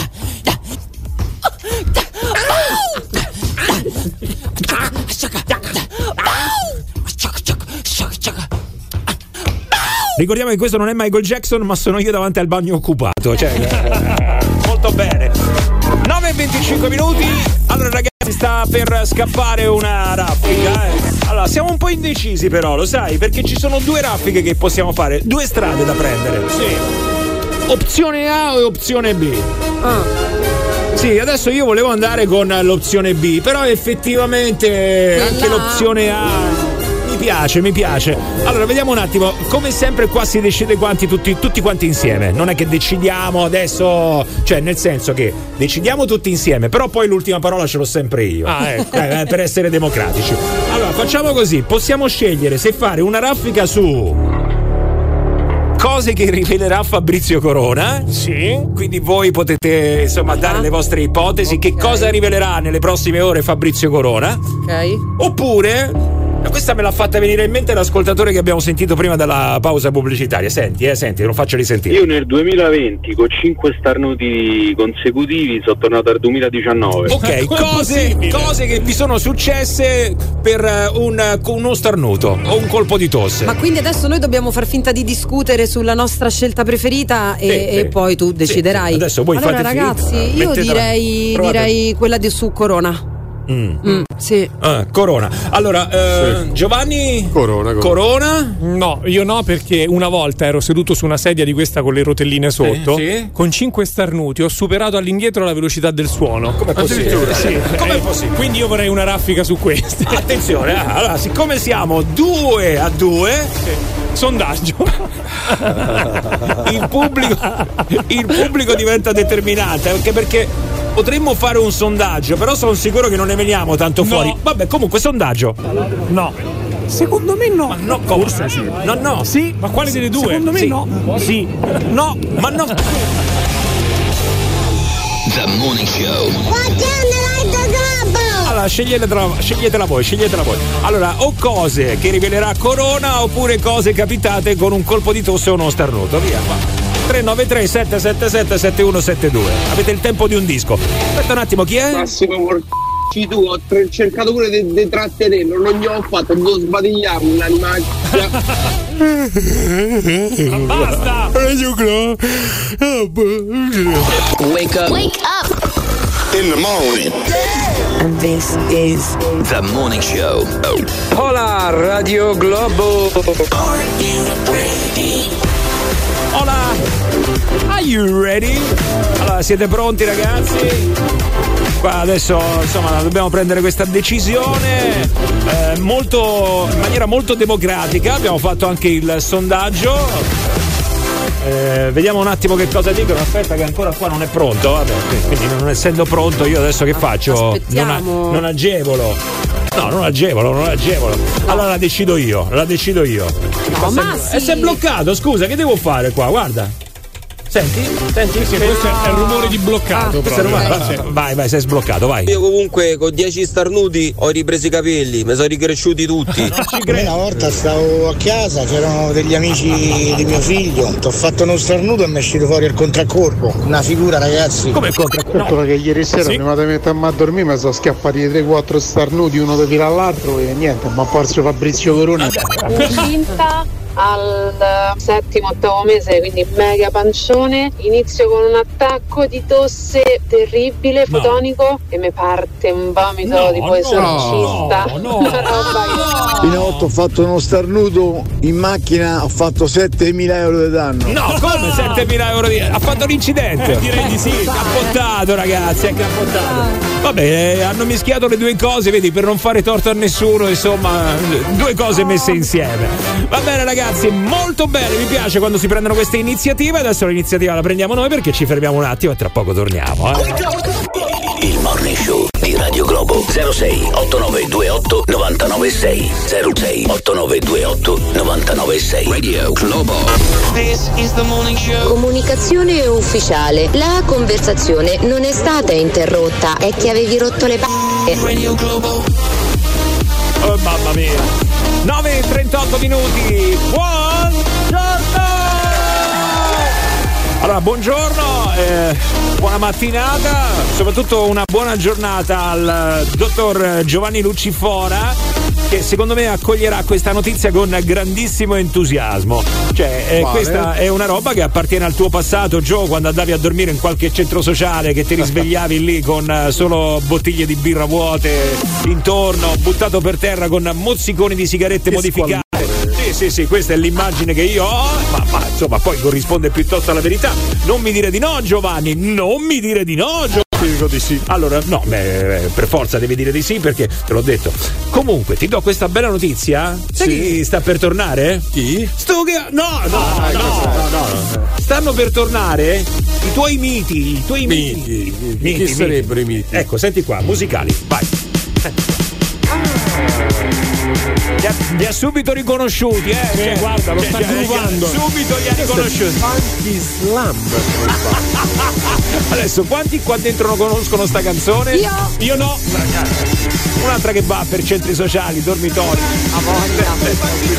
Ricordiamo che questo non è Michael Jackson, ma sono io davanti al bagno occupato. Cioè, molto bene. nove e venticinque minuti. Allora, ragazzi, sta per scappare una raffica. Eh. Allora, siamo un po' indecisi, però, lo sai, perché ci sono due raffiche che possiamo fare, due strade da prendere. Sì. Opzione A e opzione B. Ah. Sì, adesso io volevo andare con l'opzione B, però effettivamente anche l'opzione A mi piace, mi piace. Allora, vediamo un attimo. Come sempre qua si decide quanti, tutti, tutti quanti insieme. Non è che decidiamo adesso, cioè nel senso che decidiamo tutti insieme, però poi l'ultima parola ce l'ho sempre io. Ah, ecco. eh, per essere democratici. Allora, facciamo così. Possiamo scegliere se fare una raffica su cose che rivelerà Fabrizio Corona. Sì. Quindi voi potete insomma dare le vostre ipotesi. Okay. Che cosa rivelerà nelle prossime ore Fabrizio Corona. Ok. Oppure questa me l'ha fatta venire in mente l'ascoltatore che abbiamo sentito prima della pausa pubblicitaria. Senti, eh, senti, lo faccio risentire. Io nel duemilaventi con cinque starnuti consecutivi sono tornato al duemiladiciannove. Ok, cose, cose che vi sono successe per un, uno starnuto o un colpo di tosse. Ma quindi adesso noi dobbiamo far finta di discutere sulla nostra scelta preferita e, Sì, e sì. poi tu deciderai. Sì, adesso voi allora, fate ragazzi, finta. io Mettetela- direi, provate. direi quella di su Corona. Mm. Mm, sì. Ah, Corona. Allora, eh, Sì. Giovanni Corona, Corona. Corona? No, io no, perché una volta ero seduto su una sedia di questa con le rotelline sotto, sì. con cinque starnuti, ho superato all'indietro la velocità del suono. Com'è possibile? Sì. Com'è Eh, possibile? Quindi io vorrei una raffica su queste. Attenzione, eh. Allora, siccome siamo due a due, sondaggio. il pubblico il pubblico diventa determinante, anche perché potremmo fare un sondaggio, però sono sicuro che non ne veniamo tanto No. fuori. Vabbè, comunque sondaggio. No. Secondo me no. Ma no, forse sì. No, no. Sì, ma quale delle due? Secondo me Sì. no. Sì. No, ma no. The Morning Show. Allora, sceglietela, sceglietela voi, sceglietela voi. Allora, o cose che rivelerà Corona oppure cose capitate con un colpo di tosse o uno starnuto. Via, va. tre nove tre sette sette sette sette uno sette due. Avete il tempo di un disco. Aspetta un attimo, chi è? Massimo porci tu, ho tre- cercato pure di, di trattenerlo, non gli ho fatto, devo sbadigliarmi l'animacchia. Basta! Wake up. Wake up. In the morning. And this is The Morning Show. Hola, Radio Globo. Hola! Are you ready? Allora, siete pronti, ragazzi? qua adesso insomma dobbiamo prendere questa decisione eh, molto in maniera molto democratica. Abbiamo fatto anche il sondaggio. Eh, vediamo un attimo che cosa dicono. Aspetta che ancora qua non è pronto. Vabbè, quindi non essendo pronto io adesso che faccio? Non, a, non agevolo. No, non agevolo, non agevolo. Allora la decido io, la decido io. No, ma sì. E si è bloccato, scusa, che devo fare qua? Guarda. Senti? Senti? Sì, questo è il rumore di bloccato. Ah, rumore, vai, vai, vai, sei sbloccato, vai. Io comunque con dieci starnuti ho ripreso i capelli, mi sono ricresciuti tutti. Una volta stavo a casa, c'erano degli amici di mio figlio, ti ho fatto uno starnuto e mi è uscito fuori il contraccorpo. Una figura, ragazzi. Come il contraccorpo? Calcola No. che ieri sera Sì. prima di mettermi a dormire mi sono scappati tre quattro starnuti uno dopo l'altro e niente, mi ha porso Fabrizio Corona. Incinta al settimo ottavo mese, quindi mega pancione, inizio con un attacco di tosse terribile, fotonico, e mi parte un vomito No, tipo no, esorcista. no, no, Una roba che- In otto ho fatto uno starnuto in macchina, ho fatto settemila euro di danno. No, come settemila euro di... Ha fatto l'incidente? Eh, direi di sì. È cappottato, ragazzi, è cappottato. Vabbè, eh, hanno mischiato le due cose, vedi, per non fare torto a nessuno, insomma, due cose messe insieme. Va bene, ragazzi, molto bene, mi piace quando si prendono queste iniziative. Adesso l'iniziativa la prendiamo noi perché ci fermiamo un attimo e tra poco torniamo, eh. Il Morning Show di Radio Globo. Zero sei otto nove due otto nove nove sei zero sei otto nove due otto nove nove sei Radio Globo. This is the morning show. Comunicazione ufficiale. La conversazione non è stata interrotta, è che avevi rotto le palle. Radio Globo. Oh mamma mia. nove e trentotto minuti. Buongiorno! Allora, buongiorno, eh, buona mattinata, soprattutto una buona giornata al dottor Giovanni Lucifora, che secondo me accoglierà questa notizia con grandissimo entusiasmo. Cioè, eh, Vale. questa è una roba che appartiene al tuo passato, Gio, quando andavi a dormire in qualche centro sociale, che ti risvegliavi lì con eh, solo bottiglie di birra vuote intorno, buttato per terra con mozziconi di sigarette Che modificate. Sì, sì, sì, questa è l'immagine che io ho, ma, ma insomma poi corrisponde piuttosto alla verità. Non mi dire di no, Giovanni, non mi dire di no, Giovanni. Dico di sì. Allora, no, beh, per forza devi dire di sì perché te l'ho detto. Comunque, ti do questa bella notizia. Sai Sì. chi sta per tornare? Chi? Sto che... No, no, Ah, no, cosa no, no, no. Stanno per tornare i tuoi miti, i tuoi miti. Miti. Chi sarebbero i miti? Ecco, senti qua, musicali, vai. Li ha, li ha subito riconosciuti, eh? Eh, Cioè, guarda, lo cioè, sta cioè, groovando. Subito li ha riconosciuti. Funky Slam. Adesso, quanti qua dentro non conoscono sta canzone? Io. Io no. Un'altra che va per centri sociali, dormitori. A voglia.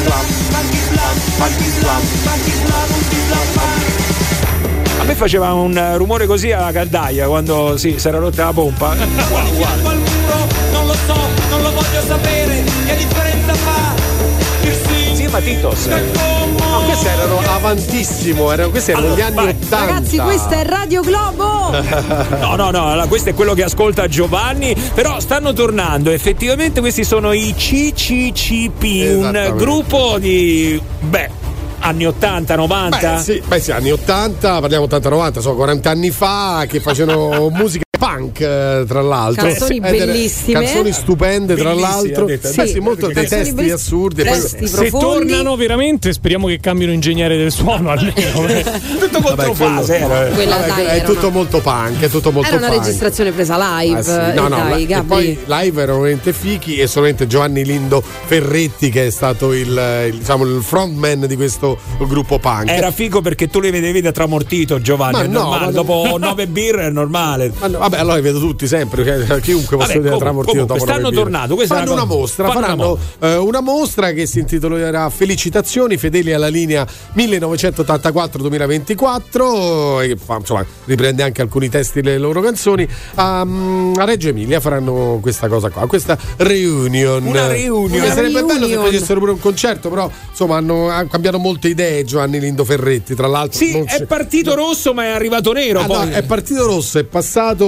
A me faceva un rumore così alla caldaia quando sì, si era rotta la pompa. Non lo so, non lo voglio sapere. Che differenza fa? Sì, ma Titos. No, questi erano avantissimo, erano, questi erano Allora, gli anni vai. ottanta. Ragazzi, questa è Radio Globo. No, no, no, allora, questo è quello che ascolta Giovanni, però stanno tornando, effettivamente questi sono i C C C P, un Esattamente. gruppo di, beh, anni ottanta, novanta? Beh sì, beh sì, anni ottanta, parliamo ottanta novanta, sono quaranta anni fa, che facevano musica punk, eh, tra l'altro. Canzoni Ed era- bellissime. Canzoni stupende, tra Bellissime, l'altro. ha detto. Sì, Sì, sì, molto dei canzoni testi belliss- assurdi. e poi- testi Se profondi. tornano veramente, speriamo che cambino ingegnere del suono almeno. Tutto contro fase, eh. Quella, vabbè, dai, è era tutto una- molto punk, è tutto molto Era una punk. registrazione presa live. Ah, sì. eh, No, no, dai, la- e Gabri. poi live erano veramente fichi e solamente Giovanni Lindo Ferretti che è stato il, il, diciamo, il frontman di questo gruppo punk. Era figo perché tu li vedevi da tramortito, Giovanni, Ma è no, normale. ma- Dopo nove birre è normale. Ma no, vabbè, allora li vedo tutti sempre, cioè, chiunque possa Vabbè, vedere comunque, tramortito comunque, dopo stanno nove birre. tornando, questa è fanno una una cosa- mostra, fanno una faranno eh, una mostra che si intitolerà Felicitazioni fedeli alla linea millenovecentottantaquattro duemilaventiquattro e fa, insomma, riprende anche alcuni testi delle loro canzoni. A, a Reggio Emilia faranno questa cosa qua, questa reunion. Una reunion. Che sarebbe Una bello se reunion. facessero pure un concerto, però insomma hanno, hanno cambiato molte idee Giovanni Lindo Ferretti, tra l'altro. Sì, non è c'è- partito rosso ma è arrivato nero Ah, no, poi. è partito rosso, è passato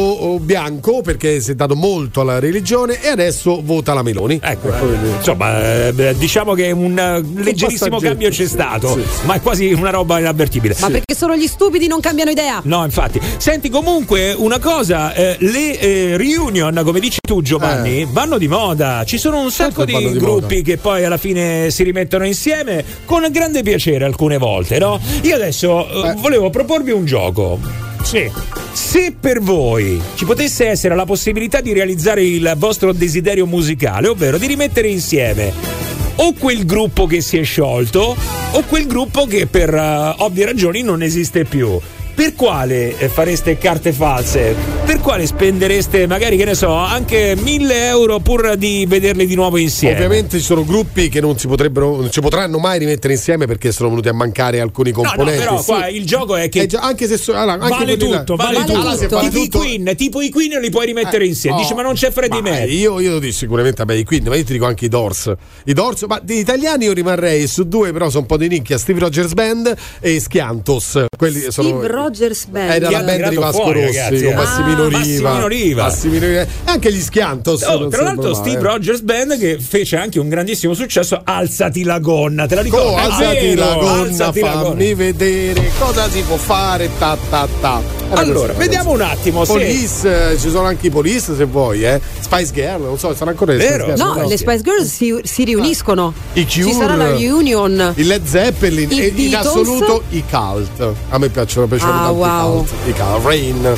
voto bianco perché si è dato molto alla religione e adesso vota la Meloni. Ecco, eh, insomma, eh, diciamo che un uh, leggerissimo cambio c'è stato, sì, sì. ma è quasi una roba inavvertibile. Ma sì. perché solo gli stupidi non cambiano idea? No, infatti. Senti, comunque una cosa, eh, le eh, reunion, come dici tu Giovanni, eh. vanno di moda. Ci sono un sacco certo di, di gruppi moda. che poi alla fine si rimettono insieme con grande piacere alcune volte, no? Io adesso eh. volevo proporvi un gioco. Sì. Se per voi ci potesse essere la possibilità di realizzare il vostro desiderio musicale, ovvero di rimettere insieme o quel gruppo che si è sciolto o quel gruppo che per uh, ovvie ragioni non esiste più, per quale fareste carte false? Per quale spendereste magari, che ne so, anche mille euro pur di vederli di nuovo insieme? Ovviamente ci sono gruppi che non si potrebbero, non si potranno mai rimettere insieme perché sono venuti a mancare alcuni componenti. No, no, però sì. qua il gioco è che è già, anche se so, allora, anche vale tutto, là, vale, vale tutto. tutto. Vale Tipo tutto. I Queen, tipo i Queen li puoi rimettere eh, insieme. oh, Dici ma non c'è Freddie Mercury. Io, io lo dico sicuramente, vabbè, i Queen, ma io ti dico anche i Doors. I Doors, ma di italiani io rimarrei su due, però sono un po' di nicchia, Steve Rogers Band e Schiantos. Quelli Steve sono Rogers Band. Era la band di Vasco fuori, Rossi, ragazzi, con Massimino, ah, Riva, Massimino Riva. Massimino Riva. E anche gli Schiantos. Oh, tra l'altro Steve male. Rogers Band che fece anche un grandissimo successo, Alzati la gonna, te la ricordi? Oh, alzati la gonna, alzati fammi la gonna. vedere cosa si può fare, ta ta ta. Era allora, così, vediamo ragazzi. un attimo. Police, se... ci sono anche i Police se vuoi, eh. Spice Girl, non so, saranno ancora le Vero? Spice Girl. No, le Spice Girls si, si riuniscono. I Cure, ci sarà la reunion. I Led Zeppelin I e Beatles. in assoluto i Cult. A me piacciono, piacciono ah, tanto wow. i Cult. I Cult, Rain.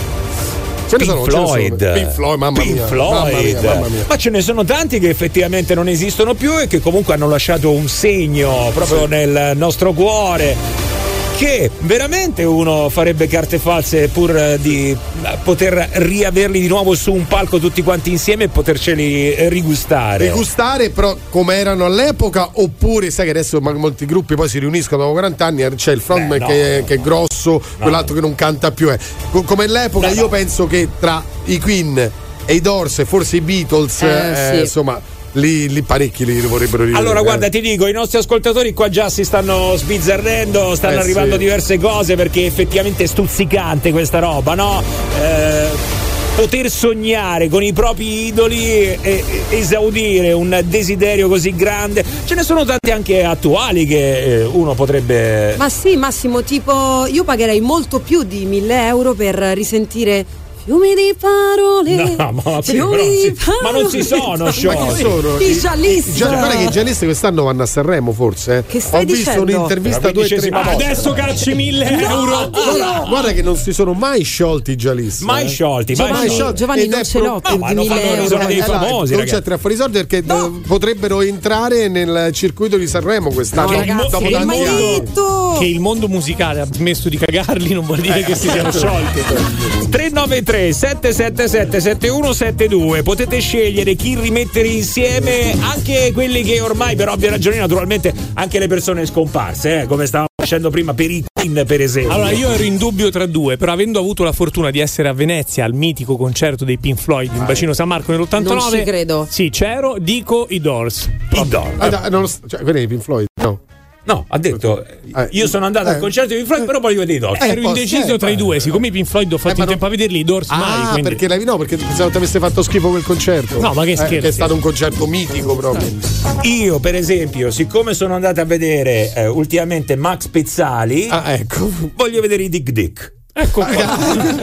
Ce ne Pink sono, Floyd. Ce ne sono. Pink Floyd, mamma Pink mia. Floyd. Mamma mia, mamma mia. Ma ce ne sono tanti che effettivamente non esistono più e che comunque hanno lasciato un segno proprio sì. nel nostro cuore. Che veramente uno farebbe carte false pur di poter riaverli di nuovo su un palco tutti quanti insieme e poterceli rigustare. Rigustare però come erano all'epoca, oppure sai che adesso molti gruppi poi si riuniscono dopo quaranta anni, c'è il frontman no. che, che è grosso, no. quell'altro che non canta più. Eh. Come all'epoca no, io no. penso che tra i Queen e i Doors e forse i Beatles, eh, eh, sì. insomma... Lì, lì parecchi li vorrebbero rivedere. Allora guarda, ti dico, i nostri ascoltatori qua già si stanno sbizzarrendo, stanno eh, arrivando sì. diverse cose, perché effettivamente è stuzzicante questa roba, no? Eh, poter sognare con i propri idoli e, e esaudire un desiderio così grande. Ce ne sono tanti anche attuali che uno potrebbe... Ma sì, Massimo, tipo io pagherei molto più di mille euro per risentire fiumi di parole. No, ma, sì, fiumi non di si, parole. ma non si sono sciolti. Ma chi sono? I Giallisti. Guarda che i Giallisti quest'anno vanno a Sanremo, forse. Eh. Che stai Ho visto dicendo? un'intervista due o tre volte. Adesso calci mille no, euro. Guarda, guarda che non si sono mai sciolti i Giallisti. Mai eh. sciolti, Giovanni, mai sciolti. Giovanni non ce l'ho no, ma non fanno, sono dei famosi, non c'è tra fuori soldi perché no. potrebbero entrare nel circuito di Sanremo quest'anno. No, ragazzi, dopo che, tanti anni. Che il mondo musicale ha smesso di cagarli non vuol dire eh, che si siano sciolti. tre nove tre sette sette sette sette uno sette due. Potete scegliere chi rimettere insieme, anche quelli che ormai per ovvie ragioni naturalmente anche le persone scomparse, eh, come stavamo facendo prima per i Queen per esempio. Allora io ero in dubbio tra due, però avendo avuto la fortuna di essere a Venezia al mitico concerto dei Pink Floyd in Bacino San Marco nell'ottantanove, non ci credo. Sì, c'ero, dico i Doors. I Doors. Ah, no, non, cioè, quelli dei Pink Floyd, no. No, ha detto eh, io sono andato eh, al concerto di Pink Floyd, eh, però voglio vedere i Doors. Eh, ero indeciso eh, tra eh, i due, siccome i Pink Floyd ho fatto eh, in tempo non... a vederli, i Doors ah, mai. Ah, quindi... perché la, no, perché pensavo ti avesse fatto schifo quel concerto. No, ma che scherzo. Eh, che è stato un concerto mitico proprio. Io, per esempio, siccome sono andato a vedere eh, ultimamente Max Pezzali, ah, ecco. voglio vedere i Dick Dick. Ecco qua.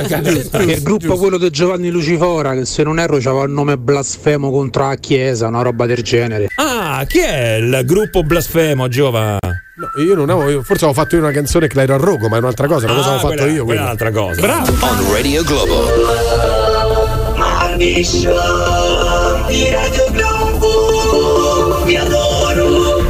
Il gruppo quello di Giovanni Lucifora, che se non erro aveva il nome blasfemo contro la Chiesa, una roba del genere. Ah, chi è il gruppo blasfemo, Giova? No, io non avevo, forse avevo fatto io una canzone Clairo a Rocco, ma è un'altra cosa, una cosa ah, avevo fatto quella, io. Quella è un'altra cosa. Bravo. On Radio Globo. Di Radio Globo, vi adoro.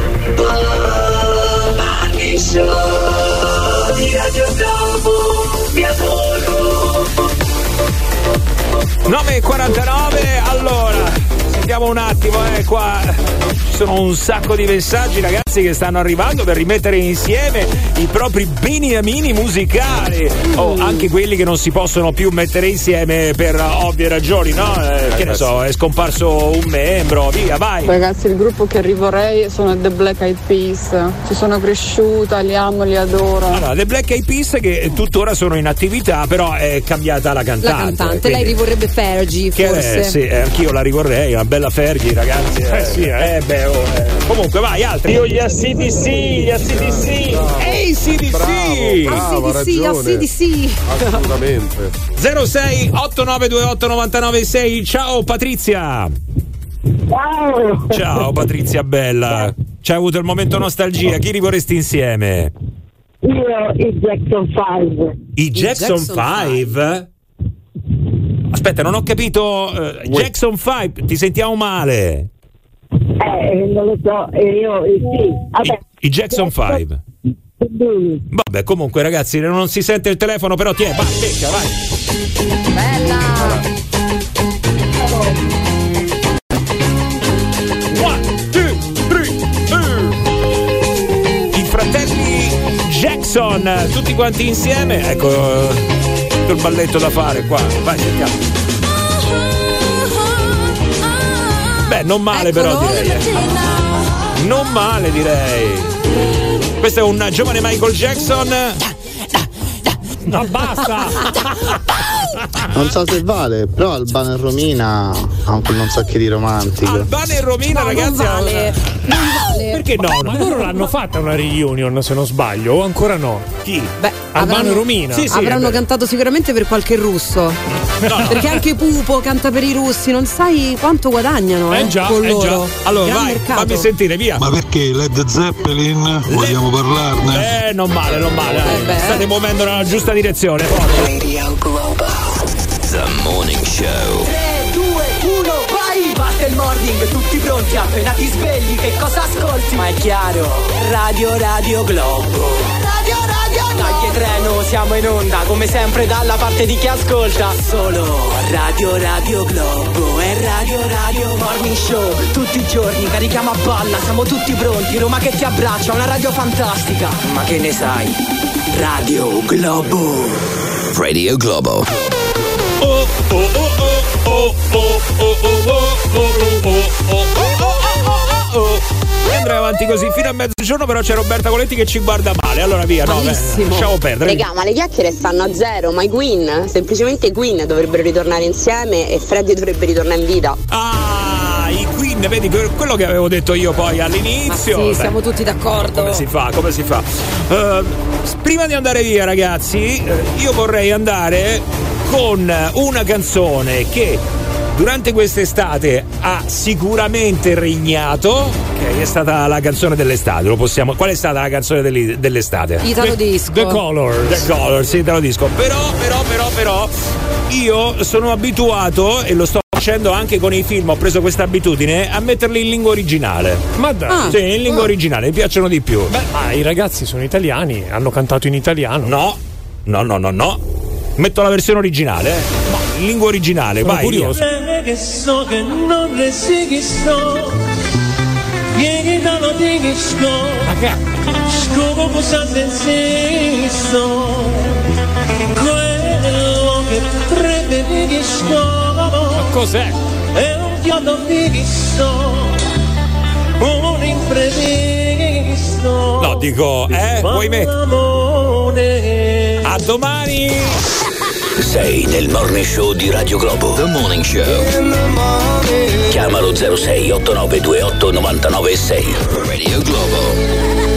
Parli show di Radio Globo, vi adoro. nove e quarantanove, allora sentiamo Vediamo un attimo, eh, qua ci sono un sacco di messaggi, ragazzi, che stanno arrivando per rimettere insieme i propri beniamini musicali. O oh, anche quelli che non si possono più mettere insieme per ovvie ragioni, no? Eh, che ne so, è scomparso un membro, via, vai. Ragazzi, il gruppo che rivorrei sono The Black Eyed Peas. Ci sono cresciuta, li amo, li adoro. Allora, The Black Eyed Peas che tuttora sono in attività, però è cambiata la cantante. La cantante, quindi... lei rivorrebbe Fergie, che forse. È, sì, eh, anch'io la rivorrei, una bella Fergie, ragazzi. Eh, eh sì, eh. eh beh, oh, eh. Comunque vai, altri. Io gli A C D C, gli A C D C. Ehi, C D C! Bravo, A C D C, A C D C. Assolutamente. zero sei otto nove due otto nove nove sei. Ciao Patrizia. Ciao. Ciao Patrizia bella. C'hai avuto il momento nostalgia, chi rivorresti insieme? Io i Jackson cinque. I Jackson cinque? Aspetta, non ho capito. Uh, Jackson cinque, ti sentiamo male. Eh, non lo so, io eh, sì. Vabbè. I, I Jackson cinque. Vabbè, comunque ragazzi, non si sente il telefono, però ti è, vai, becca, vai. Bella. Jackson, tutti quanti insieme, ecco tutto il balletto da fare qua, vai, sentiamo. Beh, non male, ecco, però direi eh. Non male, direi. Questo è un giovane Michael Jackson. No, basta. Non so se vale, però Albano e Romina ha anche un sacco di romantico. Albano e Romina, no, ragazzi, non vale. Non vale. Perché no? Ma loro l'hanno fatta una reunion, se non sbaglio, o ancora no? Chi? Beh, Albano avranno, e Romina. Sì, sì, avranno cantato sicuramente per qualche russo. No, no. Perché anche Pupo canta per i russi, non sai quanto guadagnano eh, eh già, con eh loro. Già. Allora Gran vai, mercato. fammi sentire, via. Ma perché Led Zeppelin? Vogliamo parlarne? Eh, non male, non male. Eh, State muovendo nella giusta direzione. Radio Globo. The Morning Show. tre, due, uno, vai! Batte il morning, tutti pronti, appena ti svegli, che cosa ascolti? Ma è chiaro, Radio Radio Globo. Radio Radio Globo. Dai treno, siamo in onda, come sempre dalla parte di chi ascolta. Solo Radio Radio Globo è Radio Radio Morning Show. Tutti i giorni carichiamo a balla, siamo tutti pronti, Roma che ti abbraccia, una radio fantastica. Ma che ne sai? Radio Globo. Radio Globo. Oh oh oh oh oh oh oh oh oh oh. Andrei avanti così fino a mezzogiorno, però c'è Roberta Coletti che ci guarda male. Allora via, no, beh, lasciamo perdere. Regà, ma le chiacchiere stanno a zero, ma i Queen, semplicemente i Queen dovrebbero ritornare insieme e Freddy dovrebbe ritornare in vita. Ah, i Queen, vedi quello che avevo detto io poi all'inizio. Ma sì, beh, siamo tutti d'accordo. Come si fa? Come si fa? Uh, prima di andare via, ragazzi, io vorrei andare con una canzone che durante quest'estate ha sicuramente regnato, che è stata la canzone dell'estate. Lo possiamo. Qual è stata la canzone dell'estate? Italo Disco. The Colors. The Colors, Italo Disco. Però, però, però, però, io sono abituato, e lo sto facendo anche con i film, ho preso questa abitudine, a metterli in lingua originale. Ma dai. Ah. Sì, in lingua ah. originale, mi piacciono di più. Beh, ma i ragazzi sono italiani, hanno cantato in italiano. No, no, no, no, no. Metto la versione originale, eh. No, in lingua originale, sono vai. Curioso. Che so che non le si che sto, vieni da lo di che sto, scopo cosa pensisto, quello che prevedi che sto. Ma cos'è? È un chiodo di che sto, un imprevisto. No, dico, eh, vuoi mettere? A domani! Sei nel Morning Show di Radio Globo. The Morning Show. Chiamalo zero sei otto nove due otto nove nove sei. Radio Globo.